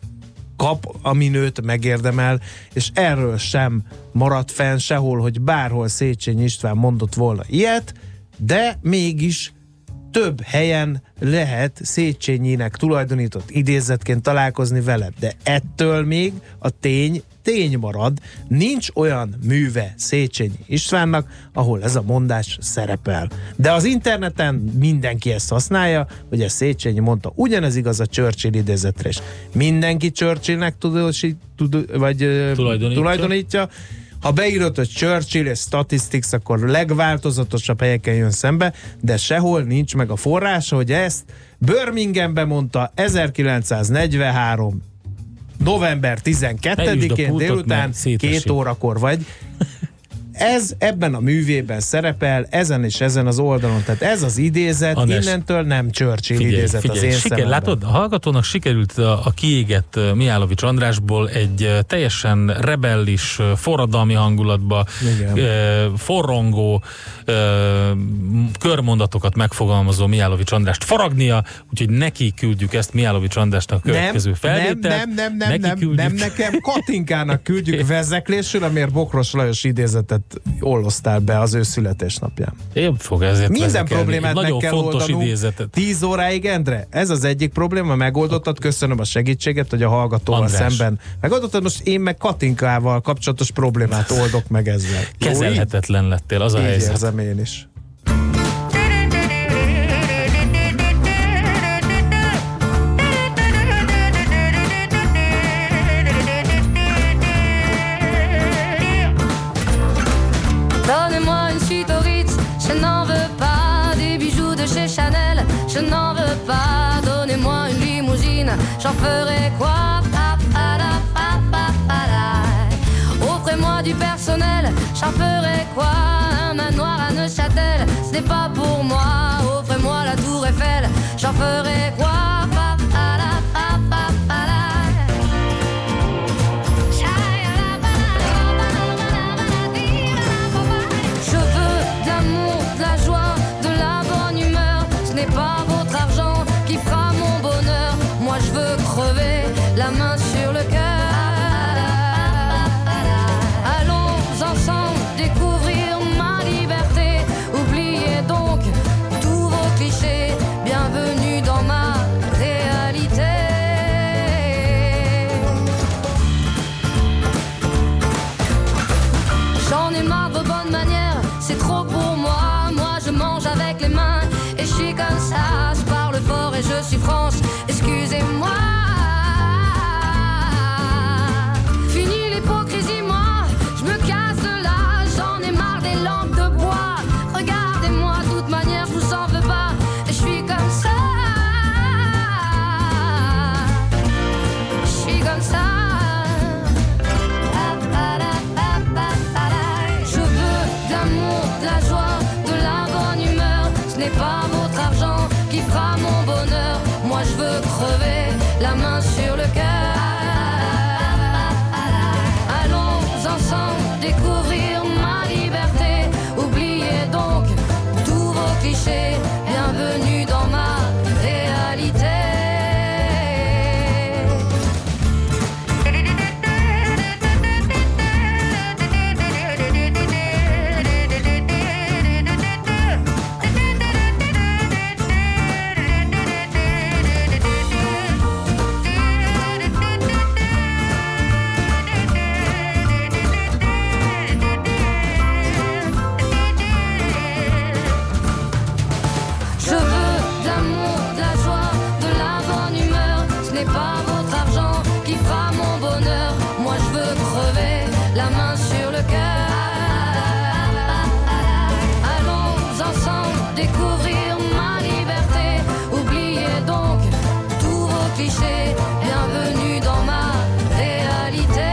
F: kap, amin őt megérdemel, és erről sem maradt fenn sehol, hogy bárhol Széchenyi István mondott volna ilyet, de mégis több helyen lehet Széchenyinek tulajdonított idézetként találkozni veled, de ettől még a tény tény marad, nincs olyan műve Széchenyi Istvánnak, ahol ez a mondás szerepel. De az interneten mindenki ezt használja, hogy ezt Széchenyi mondta. Ugyanez igaz a Churchill idézetre is. Mindenki Churchillnek tudósít, tud, vagy ö,
G: Tulajdonítja.
F: tulajdonítja, Ha beírod, hogy Churchill és Statistics, akkor legváltozatosabb helyeken jön szembe, de sehol nincs meg a forrása, hogy ezt Birminghamben mondta ezerkilencszáznegyvenhárom november tizenkettedikén délután két órakor vagy. Ez ebben a művében szerepel, ezen és ezen az oldalon. Tehát ez az idézet, András, innentől nem Churchill figyelj, idézet figyelj, az én
G: siker, látod, a hallgatónak sikerült a, a kiégett Mihálovics Andrásból egy teljesen rebellis, forradalmi hangulatba, e, forrongó, e, körmondatokat megfogalmazó Mihálovics Andrást faragnia, úgyhogy neki küldjük ezt Mihálovics Andrásnak a következő felvételt.
F: Nem, nem, nem, nem, nem, nem nekem, Katinkának küldjük vezeklésül, amiért Bokros Lajos idézetet olloztál be az ő születésnapján.
G: Én fog ezért
F: minden
G: vezekelni.
F: problémát meg kell oldanunk.
G: Idézetet.
F: Tíz óráig, Endre? Ez az egyik probléma, megoldottad, köszönöm a segítséget, hogy a hallgatóval
G: András.
F: szemben megoldottad, most én meg Katinkával kapcsolatos problémát oldok meg ezzel.
G: Kezelhetetlen Jó, lettél, az a
F: így
G: helyzet.
F: érzem én is.
M: Donnez-moi une suite au Ritz, je n'en veux pas. Des bijoux de chez Chanel, je n'en veux pas. Donnez-moi une limousine, j'en ferai quoi? Offrez-moi du personnel, j'en ferai quoi? Un manoir à Neuchâtel, ce n'est pas pour moi. Offrez-moi la tour Eiffel, j'en ferai quoi? Pas votre argent qui fera mon bonheur. Moi je veux crever la main sur le cœur. Allons ensemble découvrir ma liberté. Oubliez donc tous vos clichés. Bienvenue dans ma réalité. J'en ai marre de bonnes manières, c'est trop pour moi. Moi je mange avec les mains. Et je suis comme ça, je parle fort et je suis franche, excusez-moi. Fini l'hypocrisie, moi, je me casse de là, j'en ai marre des lampes de bois. Regardez-moi, de toute manière, je vous en veux pas, et je suis comme ça. Je suis comme ça. Je veux de l'amour, de la joie, de la bonne humeur, ce n'est pas votre argent qui fera mon bonheur. Moi je veux crever la main sur le cœur. Allons ensemble découvrir ma liberté. Oubliez donc tous vos clichés. Bienvenue dans ma réalité. Bienvenue dans ma réalité.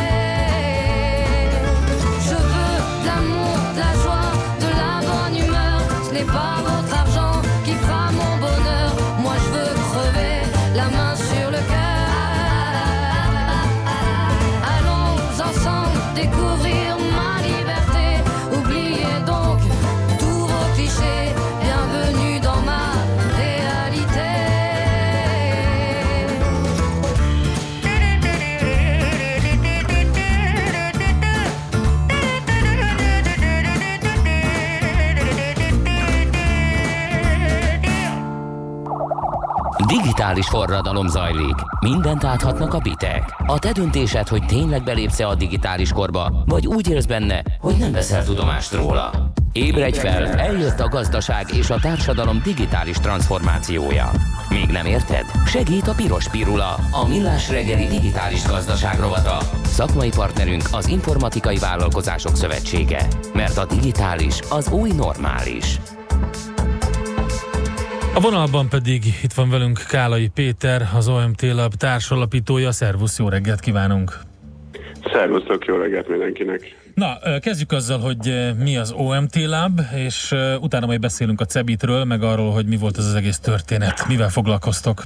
M: Je veux de l'amour, de la joie, de la bonne humeur. Ce n'est pas votre argent qui fera mon bonheur. Moi je veux crever la main sur le cœur. Allons ensemble découvrir ma liberté. Oubliez donc tous vos clichés. Bienvenue dans ma réalité.
B: Digitális forradalom zajlik. Mindent áthatnak a bitek. A te döntésed, hogy tényleg belépsz-e a digitális korba, vagy úgy élsz benne, hogy nem veszel tudomást róla. Ébredj fel, eljött a gazdaság és a társadalom digitális transformációja. Még nem érted? Segít a Piros Pirula, a Millás reggeli digitális gazdaság rovata. Szakmai partnerünk az Informatikai Vállalkozások Szövetsége. Mert a digitális az új normális.
G: A vonalban pedig itt van velünk Kálai Péter, az o em té Lab társalapítója. Szervusz, jó reggelt kívánunk!
N: Szervusztok, jó reggelt mindenkinek!
G: Na, kezdjük azzal, hogy mi az o em té Lab, és utána majd beszélünk a Cebitről, meg arról, hogy mi volt ez az egész történet. Mivel foglalkoztok?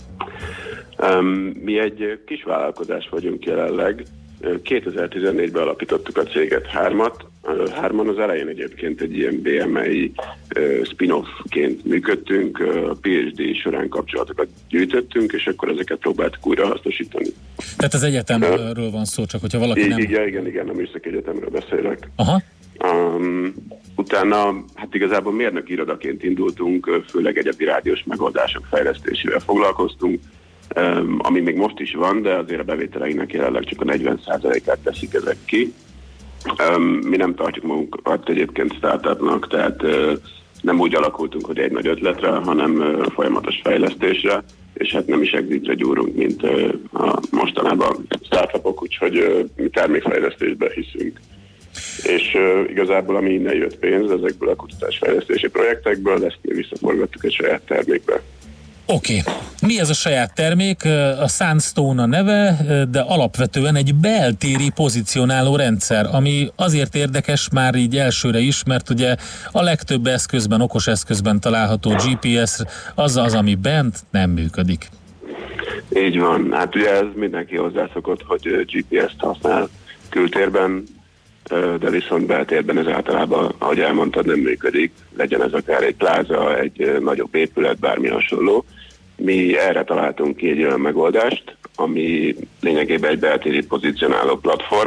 N: Um, mi egy kis vállalkozás vagyunk jelenleg. kétezer-tizennégyben alapítottuk a céget hármat. Hárman az elején egyébként egy ilyen bé em i spin-offként működtünk, a pé há dé során kapcsolatokat gyűjtöttünk, és akkor ezeket próbáltuk újra hasznosítani.
G: Tehát az egyetemről van szó, csak hogyha valaki nem...
N: Igen, igen, igen, a Műszaki Egyetemről beszélek.
G: Aha.
N: Um, utána, hát igazából mérnöki irodaként indultunk, főleg egyedi rádiós megoldások fejlesztésével foglalkoztunk, Um, ami még most is van, de azért a bevételeinek jelenleg csak a negyven százalékát teszik ezek ki. Um, mi nem tartjuk magunkat egyébként startupnak, tehát uh, nem úgy alakultunk, hogy egy nagy ötletre, hanem uh, folyamatos fejlesztésre, és hát nem is exitre gyúrunk, mint uh, a mostanában startupok, úgyhogy uh, mi termékfejlesztésben hiszünk. És uh, igazából ami innen jött pénz, ezekből a kutatásfejlesztési projektekből, ezt mi visszaforgattuk egy saját termékbe.
G: Oké. Okay. Mi ez a saját termék? A Sandstone a neve, de alapvetően egy beltéri pozícionáló rendszer, ami azért érdekes már így elsőre is, mert ugye a legtöbb eszközben, okos eszközben található gé pé es az az, ami bent nem működik.
N: Így van. Hát ugye ez mindenki hozzászokott, hogy gé pé es-t használ kültérben, de viszont beltérben ez általában, ahogy elmondtad, nem működik. Legyen ez akár egy pláza, egy nagyobb épület, bármi hasonló. Mi erre találtunk ki egy olyan megoldást, ami lényegében egy beltéri pozícionáló platform.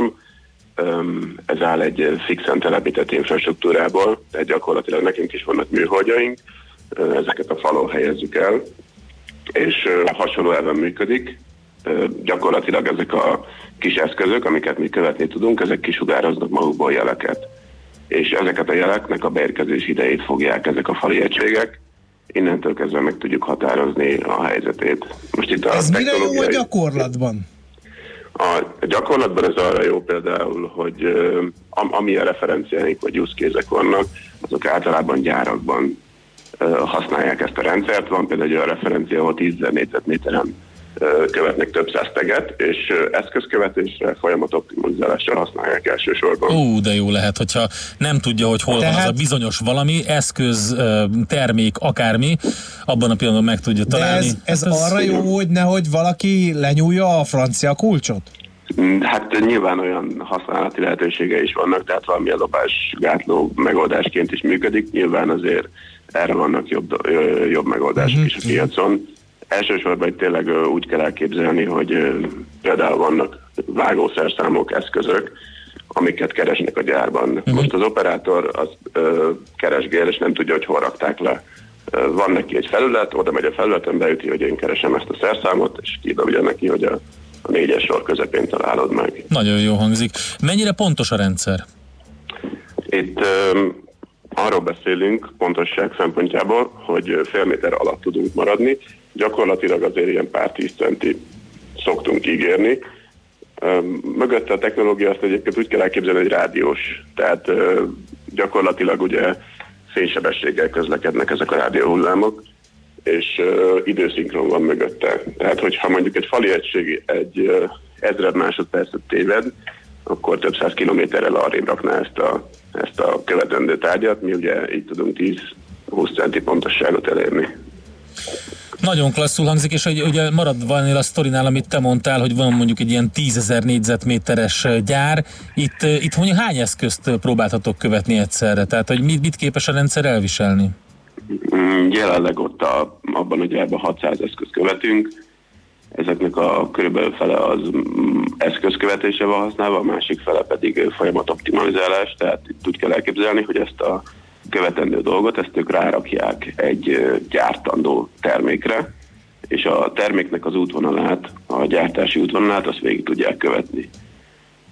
N: Ez áll egy fixen telepített infrastruktúrából, tehát gyakorlatilag nekünk is vannak műholdjaink, ezeket a falon helyezzük el, és hasonló elven működik. Gyakorlatilag ezek a kis eszközök, amiket mi követni tudunk, ezek kisugároznak magukból jeleket. És ezeket a jeleknek a beérkezés idejét fogják ezek a fali egységek, innentől kezdve meg tudjuk határozni a helyzetét. Most itt a
F: ez mire jó a gyakorlatban?
N: A gyakorlatban ez arra jó például, hogy am, amilyen referenciáink vagy use case-ek vannak, azok általában gyárakban használják ezt a rendszert. Van például egy olyan referencia, ahol tízezer négyzetméteren követnek több száz teget, és eszközkövetésre, folyamatoptimalizálásra használják elsősorban.
G: Ó, de jó lehet, hogyha nem tudja, hogy hol Tehát... van az a bizonyos valami, eszköz, termék, akármi, abban a pillanatban meg tudja találni.
F: De ez, ez, ez arra jó, hogy nehogy valaki lenyúlja a francia kulcsot?
N: Hát nyilván olyan használati lehetősége is vannak, tehát valamilyen lopásgátló megoldásként is működik, nyilván azért erre vannak jobb, jobb megoldások uh-huh. is a piacon. Elsősorban tényleg úgy kell elképzelni, hogy például vannak vágószerszámok, eszközök, amiket keresnek a gyárban. Uh-huh. Most az operátor az ö, keresgél, és nem tudja, hogy hol rakták le. Van neki egy felület, oda megy a felületen, beüti, hogy én keresem ezt a szerszámot, és kidobja neki, hogy a, a négyes sor közepén találod meg.
G: Nagyon jó hangzik. Mennyire pontos a rendszer?
N: Itt ö, arról beszélünk pontosság szempontjából, hogy fél méter alatt tudunk maradni. Gyakorlatilag azért ilyen pár tíz centi szoktunk ígérni. Mögötte a technológia azt egyébként úgy kell elképzelni, hogy rádiós. Tehát gyakorlatilag ugye fénysebességgel közlekednek ezek a rádióhullámok, és időszinkron van mögötte. Tehát, hogyha mondjuk egy fali egység egy ezred másodpercet téved, akkor több száz kilométerrel arrébb rakná ezt a, ezt a követendő tárgyat. Mi ugye így tudunk tíz-húsz centi pontosságot elérni.
G: Nagyon klasszul hangzik, és hogy ugye maradva ennél a sztorinál, amit te mondtál, hogy van mondjuk egy ilyen tízezer négyzetméteres gyár, itt, itt mondjuk hány eszközt próbáltatok követni egyszerre? Tehát, hogy mit, mit képes a rendszer elviselni?
N: Jelenleg ott a, abban a gyárban hatszáz eszközt követünk, ezeknek a körülbelül fele az eszközkövetése van használva, a másik fele pedig folyamatoptimalizálás, tehát itt úgy kell elképzelni, hogy ezt a követendő dolgot, ezt ők rárakják egy gyártandó termékre, és a terméknek az útvonalát, a gyártási útvonalát, azt végig tudják követni.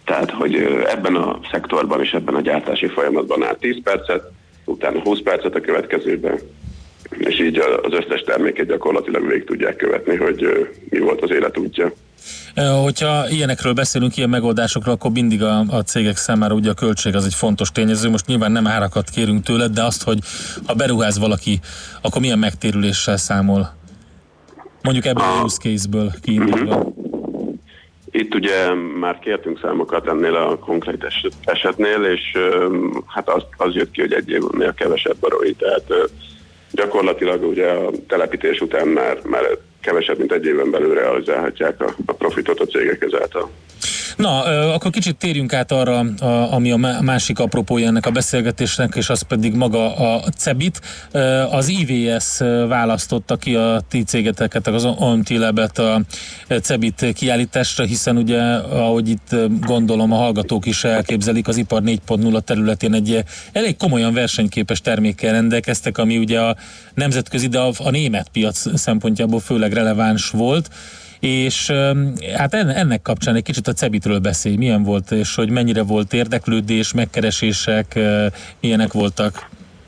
N: Tehát, hogy ebben a szektorban és ebben a gyártási folyamatban áll tíz percet, utána húsz percet a következőben, és így az összes terméket gyakorlatilag végig tudják követni, hogy mi volt az életútja.
G: Hogyha ilyenekről beszélünk, ilyen megoldásokról, akkor mindig a, a cégek számára ugye a költség az egy fontos tényező. Most nyilván nem árakat kérünk tőled, de azt, hogy ha beruház valaki, akkor milyen megtérüléssel számol? Mondjuk ebből a use case-ből kiindulva.
N: Itt ugye már kértünk számokat ennél a konkrét esetnél, és hát az, az jött ki, hogy egy évnél kevesebb a roi, tehát gyakorlatilag ugye a telepítés után már, már kevesebb, mint egy éven belül realizálhatják a, a profitot a cégek ezáltal.
G: Na, akkor kicsit térjünk át arra, ami a másik apropója ennek a beszélgetésnek, és az pedig maga a Cebit. Az i vé es választotta ki a ti cégeteket, az o em té Labet a Cebit kiállításra, hiszen ugye, ahogy itt gondolom a hallgatók is elképzelik, az ipar négy pont nulla területén egy elég komolyan versenyképes termékkel rendelkeztek, ami ugye a nemzetközi, de a, a német piac szempontjából főleg releváns volt. És hát ennek kapcsán egy kicsit a Cebitről beszélj, milyen volt, és hogy mennyire volt érdeklődés, megkeresések, milyenek voltak?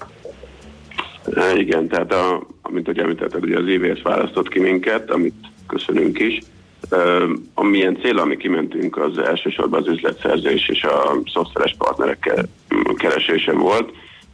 N: Igen, tehát a, amint hogy említetted, ugye az i vé es választott ki minket, amit köszönünk is. Amilyen cél, ami kimentünk, az elsősorban az üzletszerzés és a szoftveres partnerek keresése volt.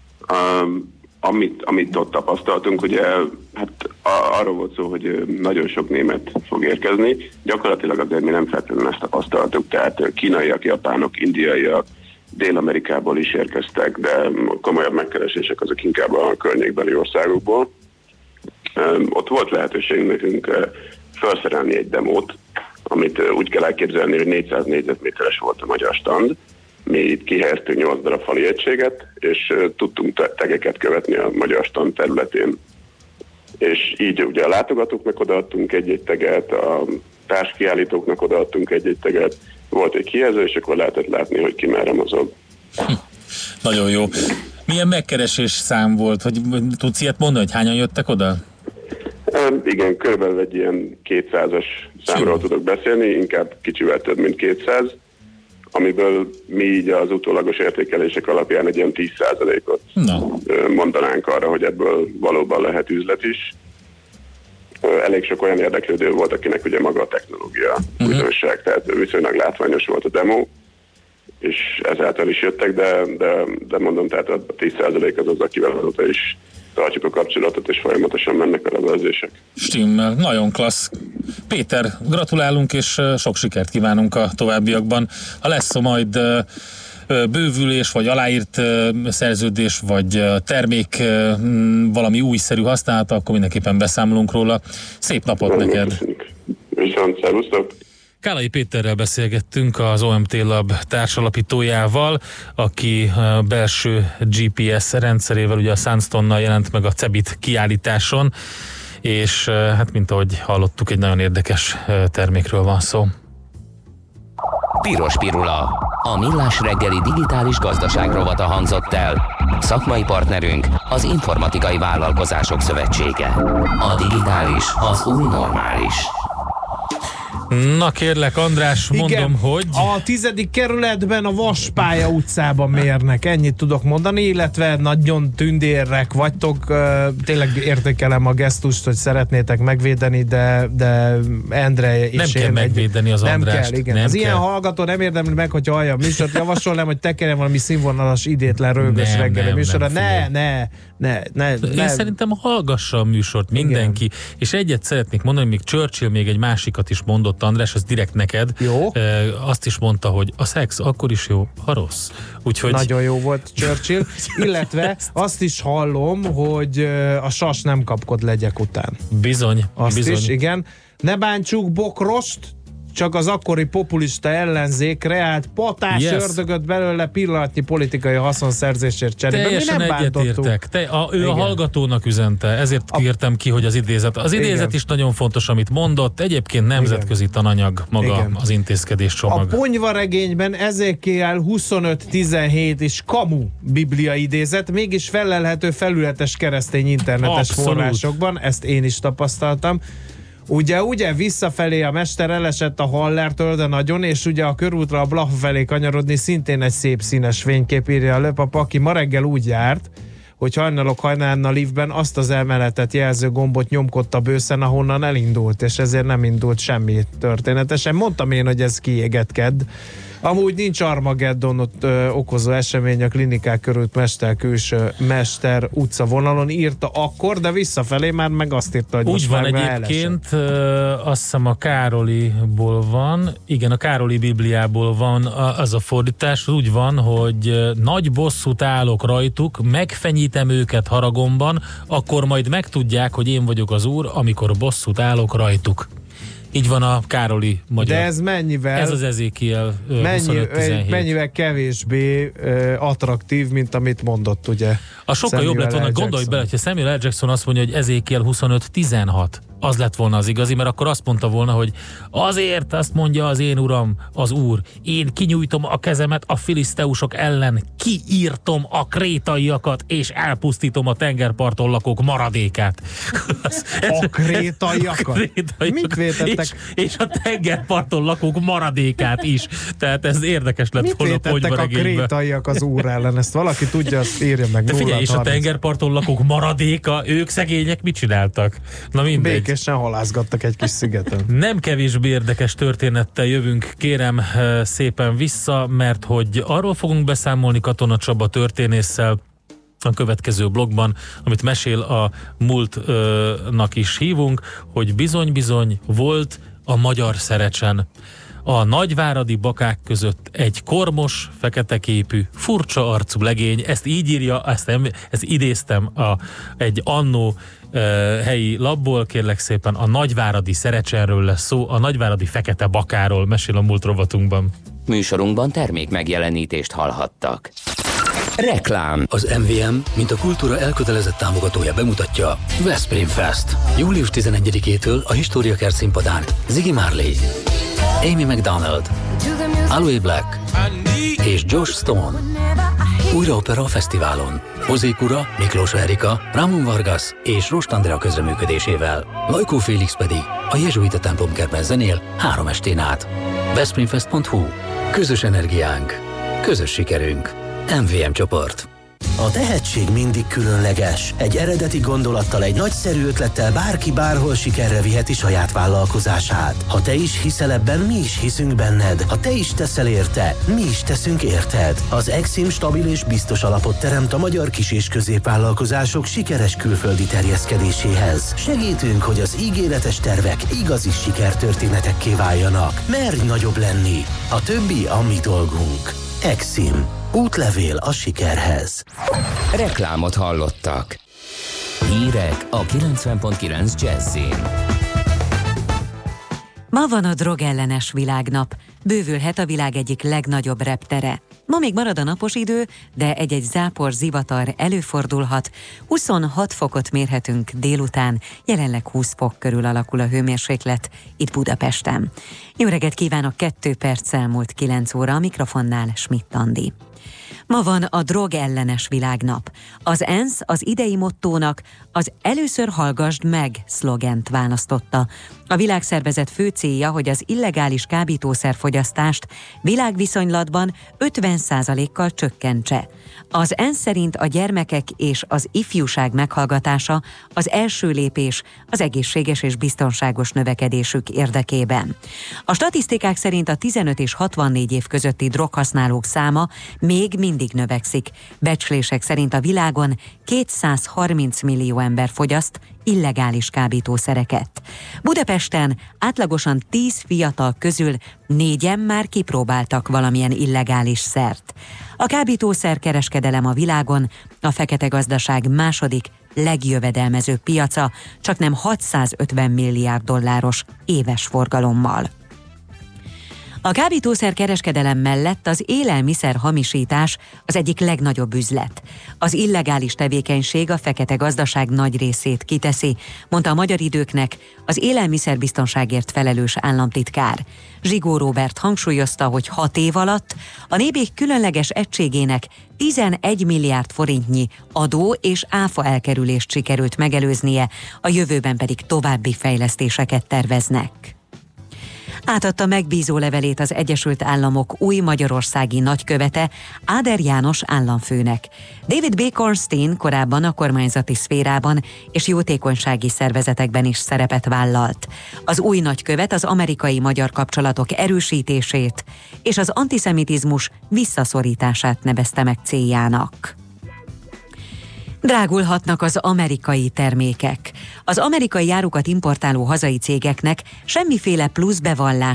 N: Amit, amit ott tapasztaltunk, ugye hát arról volt szó, hogy nagyon sok német fog érkezni. Gyakorlatilag azért mi nem feltétlenül ezt tapasztaltuk, tehát kínaiak, japánok, indiaiak, Dél-Amerikából is érkeztek, de komolyabb megkeresések azok inkább a környékbeli országokból. Ott volt lehetőségünk nekünk felszerelni egy demót, amit úgy kell elképzelni, hogy négyszáz négyzetméteres volt a magyar stand. Mi itt kihelyeztünk nyolc darab fali egységet, és uh, tudtunk tegeket követni a magyar stand területén. És így ugye a látogatóknak odaadtunk egy-egy teget, a társkiállítóknak odaadtunk egy-egy teget, volt egy kijelző, és akkor lehetett látni, hogy ki merre mozog.
G: Hm. Nagyon jó. Milyen megkeresés szám volt? Hogy tudsz ilyet mondani, hogy hányan jöttek oda?
N: Uh, igen, körülbelül egy ilyen kétszázas számról tudok beszélni, inkább kicsivel több, mint kétszáz. Amiből mi így az utólagos értékelések alapján egy ilyen tíz százalékot no. mondanánk arra, hogy ebből valóban lehet üzlet is. Elég sok olyan érdeklődő volt, akinek ugye maga a technológia uh-huh. újdonság, tehát viszonylag látványos volt a demo, és ezáltal is jöttek, de, de, de mondom, tehát a tíz százalék az az, akivel azóta is tartjuk a kapcsolatot, és folyamatosan mennek a levelezések.
G: Stimmel, nagyon klassz. Péter, gratulálunk, és sok sikert kívánunk a továbbiakban. Ha lesz majd bővülés, vagy aláírt szerződés, vagy termék valami újszerű használata, akkor mindenképpen beszámolunk róla. Szép napot
N: nagyon
G: neked!
N: Köszönjük. Viszont, szervusztok!
G: Kálai Péterrel beszélgettünk, az o em té Lab társalapítójával, aki belső gé pé es rendszerével, ugye a Sandstone-nal jelent meg a Cebit kiállításon, és hát mint ahogy hallottuk, egy nagyon érdekes termékről van szó.
B: Piros Pirula, a millás reggeli digitális gazdaság rovata hangzott el. Szakmai partnerünk az Informatikai Vállalkozások Szövetsége. A digitális az új normális.
G: Na kérlek, András, mondom, igen, hogy...
F: A tizedik kerületben a Vaspálya utcában mérnek, ennyit tudok mondani, illetve nagyon tündérek vagytok, tényleg értékelem a gesztust, hogy szeretnétek megvédeni, de, de Endre és
G: nem
F: én...
G: kell egy... megvédeni az
F: nem
G: Andrást.
F: Kell, igen.
G: Nem
F: az
G: kell.
F: Ilyen hallgató nem érdemli meg, hogyha hallja a műsort, javasolnám, hogy tekerjen valami színvonalas, idétlen, rögös reggeli műsorra. Ne, ne, ne, ne,
G: Én
F: ne.
G: szerintem hallgassa a műsort mindenki, igen. És egyet szeretnék mondani, még Churchill még egy másikat is mondott, András, ez direkt neked.
F: Jó.
G: E, azt is mondta, hogy a szex akkor is jó, ha rossz. Úgyhogy...
F: Nagyon jó volt Churchill, illetve azt is hallom, hogy a sas nem kapkod legyek után.
G: Bizony,
F: azt
G: bizony.
F: is, igen. Ne bántsuk Bokrost, csak az akkori populista ellenzék reált patás yes. ördögöt belőle pillanatnyi politikai haszonszerzésért cserébe.
G: Teljesen
F: Mi nem
G: egyetértek. Te, a, ő igen. a hallgatónak üzente, ezért a... kértem ki, hogy az idézet. Az idézet igen. is nagyon fontos, amit mondott. Egyébként nemzetközi igen. tananyag maga igen. az intézkedés csomag.
F: A ponyvaregényben Ezékiel huszonöt tizenhét és kamu biblia idézet, mégis felelhető felületes keresztény internetes
G: abszolút.
F: Forrásokban, ezt én is tapasztaltam. Ugye, ugye visszafelé a mester elesett a Hallertől, de nagyon, és ugye a körútra a Blaha felé kanyarodni szintén egy szép színes fénykép, írja a Löpapa, aki ma reggel úgy járt, hogy hajnalok hajnalán a liftben azt az emeletet jelző gombot nyomkodta bőszen, ahonnan elindult, és ezért nem indult semmi történetesen. Mondtam én, hogy ez kiégett kedd. Amúgy nincs Armageddonot ö, okozó esemény a Klinikák körült Mester külső Mester utca vonalon, írta akkor, de visszafelé már meg azt írta, hogy
G: úgy
F: most
G: van
F: már
G: egyébként, ö, azt hiszem a Károliból van, igen, a Károli Bibliából van a, az a fordítás, úgy van, hogy ö, nagy bosszút állok rajtuk, megfenyítem őket haragomban, akkor majd megtudják, hogy én vagyok az Úr, amikor bosszút állok rajtuk. Így van a Károli magyar.
F: De ez mennyivel...
G: Ez az Ezékiel
F: mennyi,
G: huszonöt
F: mennyivel kevésbé uh, attraktív, mint amit mondott, ugye?
G: A sokkal
F: Samuel
G: jobb lett volna,
F: L.
G: gondolj
F: Jackson.
G: bele, hogyha Samuel L. Jackson azt mondja, hogy Ezékiel huszonöt tizenhat, az lett volna az igazi, mert akkor azt mondta volna, hogy azért azt mondja az én uram, az Úr, én kinyújtom a kezemet a filiszteusok ellen, kiírtom a krétaiakat, és elpusztítom a tengerparton lakók maradékát.
F: A krétaiakat? Mit vétettek?
G: És, és a tengerparton lakók maradékát is. Tehát ez érdekes lett
F: Mit
G: volna a
F: vétettek a
G: ponyvaregényben.
F: krétaiak az Úr ellen? Ezt valaki tudja, azt írja meg.
G: De figyelj, és a
F: nulla
G: tengerparton lakók maradéka, ők szegények mit csináltak? Na mindegy.
F: Békésen halászgattak egy kis szigeten.
G: Nem kevésbé érdekes történettel jövünk, kérem szépen vissza, mert hogy arról fogunk beszámolni Katona Csaba történésszel a következő blogban, amit mesél a múltnak is hívunk, hogy bizony-bizony volt a magyar Szerecsen a nagyváradi bakák között egy kormos, fekete képű, furcsa arcú legény, ezt így írja, ezt, nem, ezt idéztem a, egy annó uh, helyi labból, kérlek szépen, a nagyváradi Szerecsenről lesz szó, a nagyváradi fekete bakáról mesél a múlt rovatunkban.
B: Műsorunkban termék megjelenítést hallhattak. Reklám.
O: Az em vé em, mint a kultúra elkötelezett támogatója bemutatja Veszprém Fest. július tizenegyedikétől a Históriakert színpadán Ziggy Marley, Amy McDonald, Aloe Black és Josh Stone. Újra opera a fesztiválon. Hozé Kura, Miklós Erika, Ramon Vargas és Rost Andrea közreműködésével. Lajkó Félix pedig a jezsuita templomkertben zenél három estén át. veszprémfest pont hu. Közös energiánk. Közös sikerünk. em vé em csoport.
P: A tehetség mindig különleges. Egy eredeti gondolattal, egy nagyszerű ötlettel bárki bárhol sikerre viheti saját vállalkozását. Ha te is hiszel ebben, mi is hiszünk benned. Ha te is teszel érte, mi is teszünk érted. Az Exim stabil és biztos alapot teremt a magyar kis- és középvállalkozások sikeres külföldi terjeszkedéséhez. Segítünk, hogy az ígéretes tervek igazi sikertörténetekké váljanak. Merj nagyobb lenni. A többi a mi dolgunk. Exim. Útlevél a sikerhez.
B: Reklámot hallottak. Hírek a kilencven pont kilenc Jazzin.
A: Ma van a drogellenes világnap. Bővülhet a világ egyik legnagyobb reptere. Ma még marad a napos idő, de egy-egy zápor, zivatar előfordulhat. huszonhat fokot mérhetünk délután, jelenleg húsz fok körül alakul a hőmérséklet itt Budapesten. Jó reggelt kívánok, kettő perc elmúlt kilenc óra, a mikrofonnál Schmidt Andi. Ma van a drogellenes világnap. Az ENSZ az idei mottónak az először hallgasd meg szlogent választotta. A világszervezet fő célja, hogy az illegális kábítószerfogyasztást világviszonylatban ötven százalékkal csökkentse. Az ENSZ szerint a gyermekek és az ifjúság meghallgatása az első lépés az egészséges és biztonságos növekedésük érdekében. A statisztikák szerint a tizenöt és hatvannégy év közötti droghasználók száma még mindig növekszik. Becslések szerint a világon kétszázharminc millió ember fogyaszt illegális kábítószereket. Budapesten átlagosan tíz fiatal közül négyen már kipróbáltak valamilyen illegális szert. A kábítószerkereskedelem a világon a fekete gazdaság második legjövedelmezőbb piaca, csaknem hatszázötven milliárd dolláros éves forgalommal. A kábítószer kereskedelem mellett az élelmiszer hamisítás az egyik legnagyobb üzlet. Az illegális tevékenység a fekete gazdaság nagy részét kiteszi, mondta a Magyar Időknek az élelmiszerbiztonságért felelős államtitkár. Zsigó Róbert hangsúlyozta, hogy hat év alatt a Nébék különleges egységének tizenegy milliárd forintnyi adó és áfa elkerülést sikerült megelőznie, a jövőben pedig további fejlesztéseket terveznek. Átadta megbízó levelét az Egyesült Államok új magyarországi nagykövete, Áder János államfőnek. David B. Cornstein korábban a kormányzati szférában és jótékonysági szervezetekben is szerepet vállalt. Az új nagykövet az amerikai-magyar kapcsolatok erősítését és az antiszemitizmus visszaszorítását nevezte meg céljának. Drágulhatnak az amerikai termékek. Az amerikai árukat importáló hazai cégeknek semmiféle plusz bevallás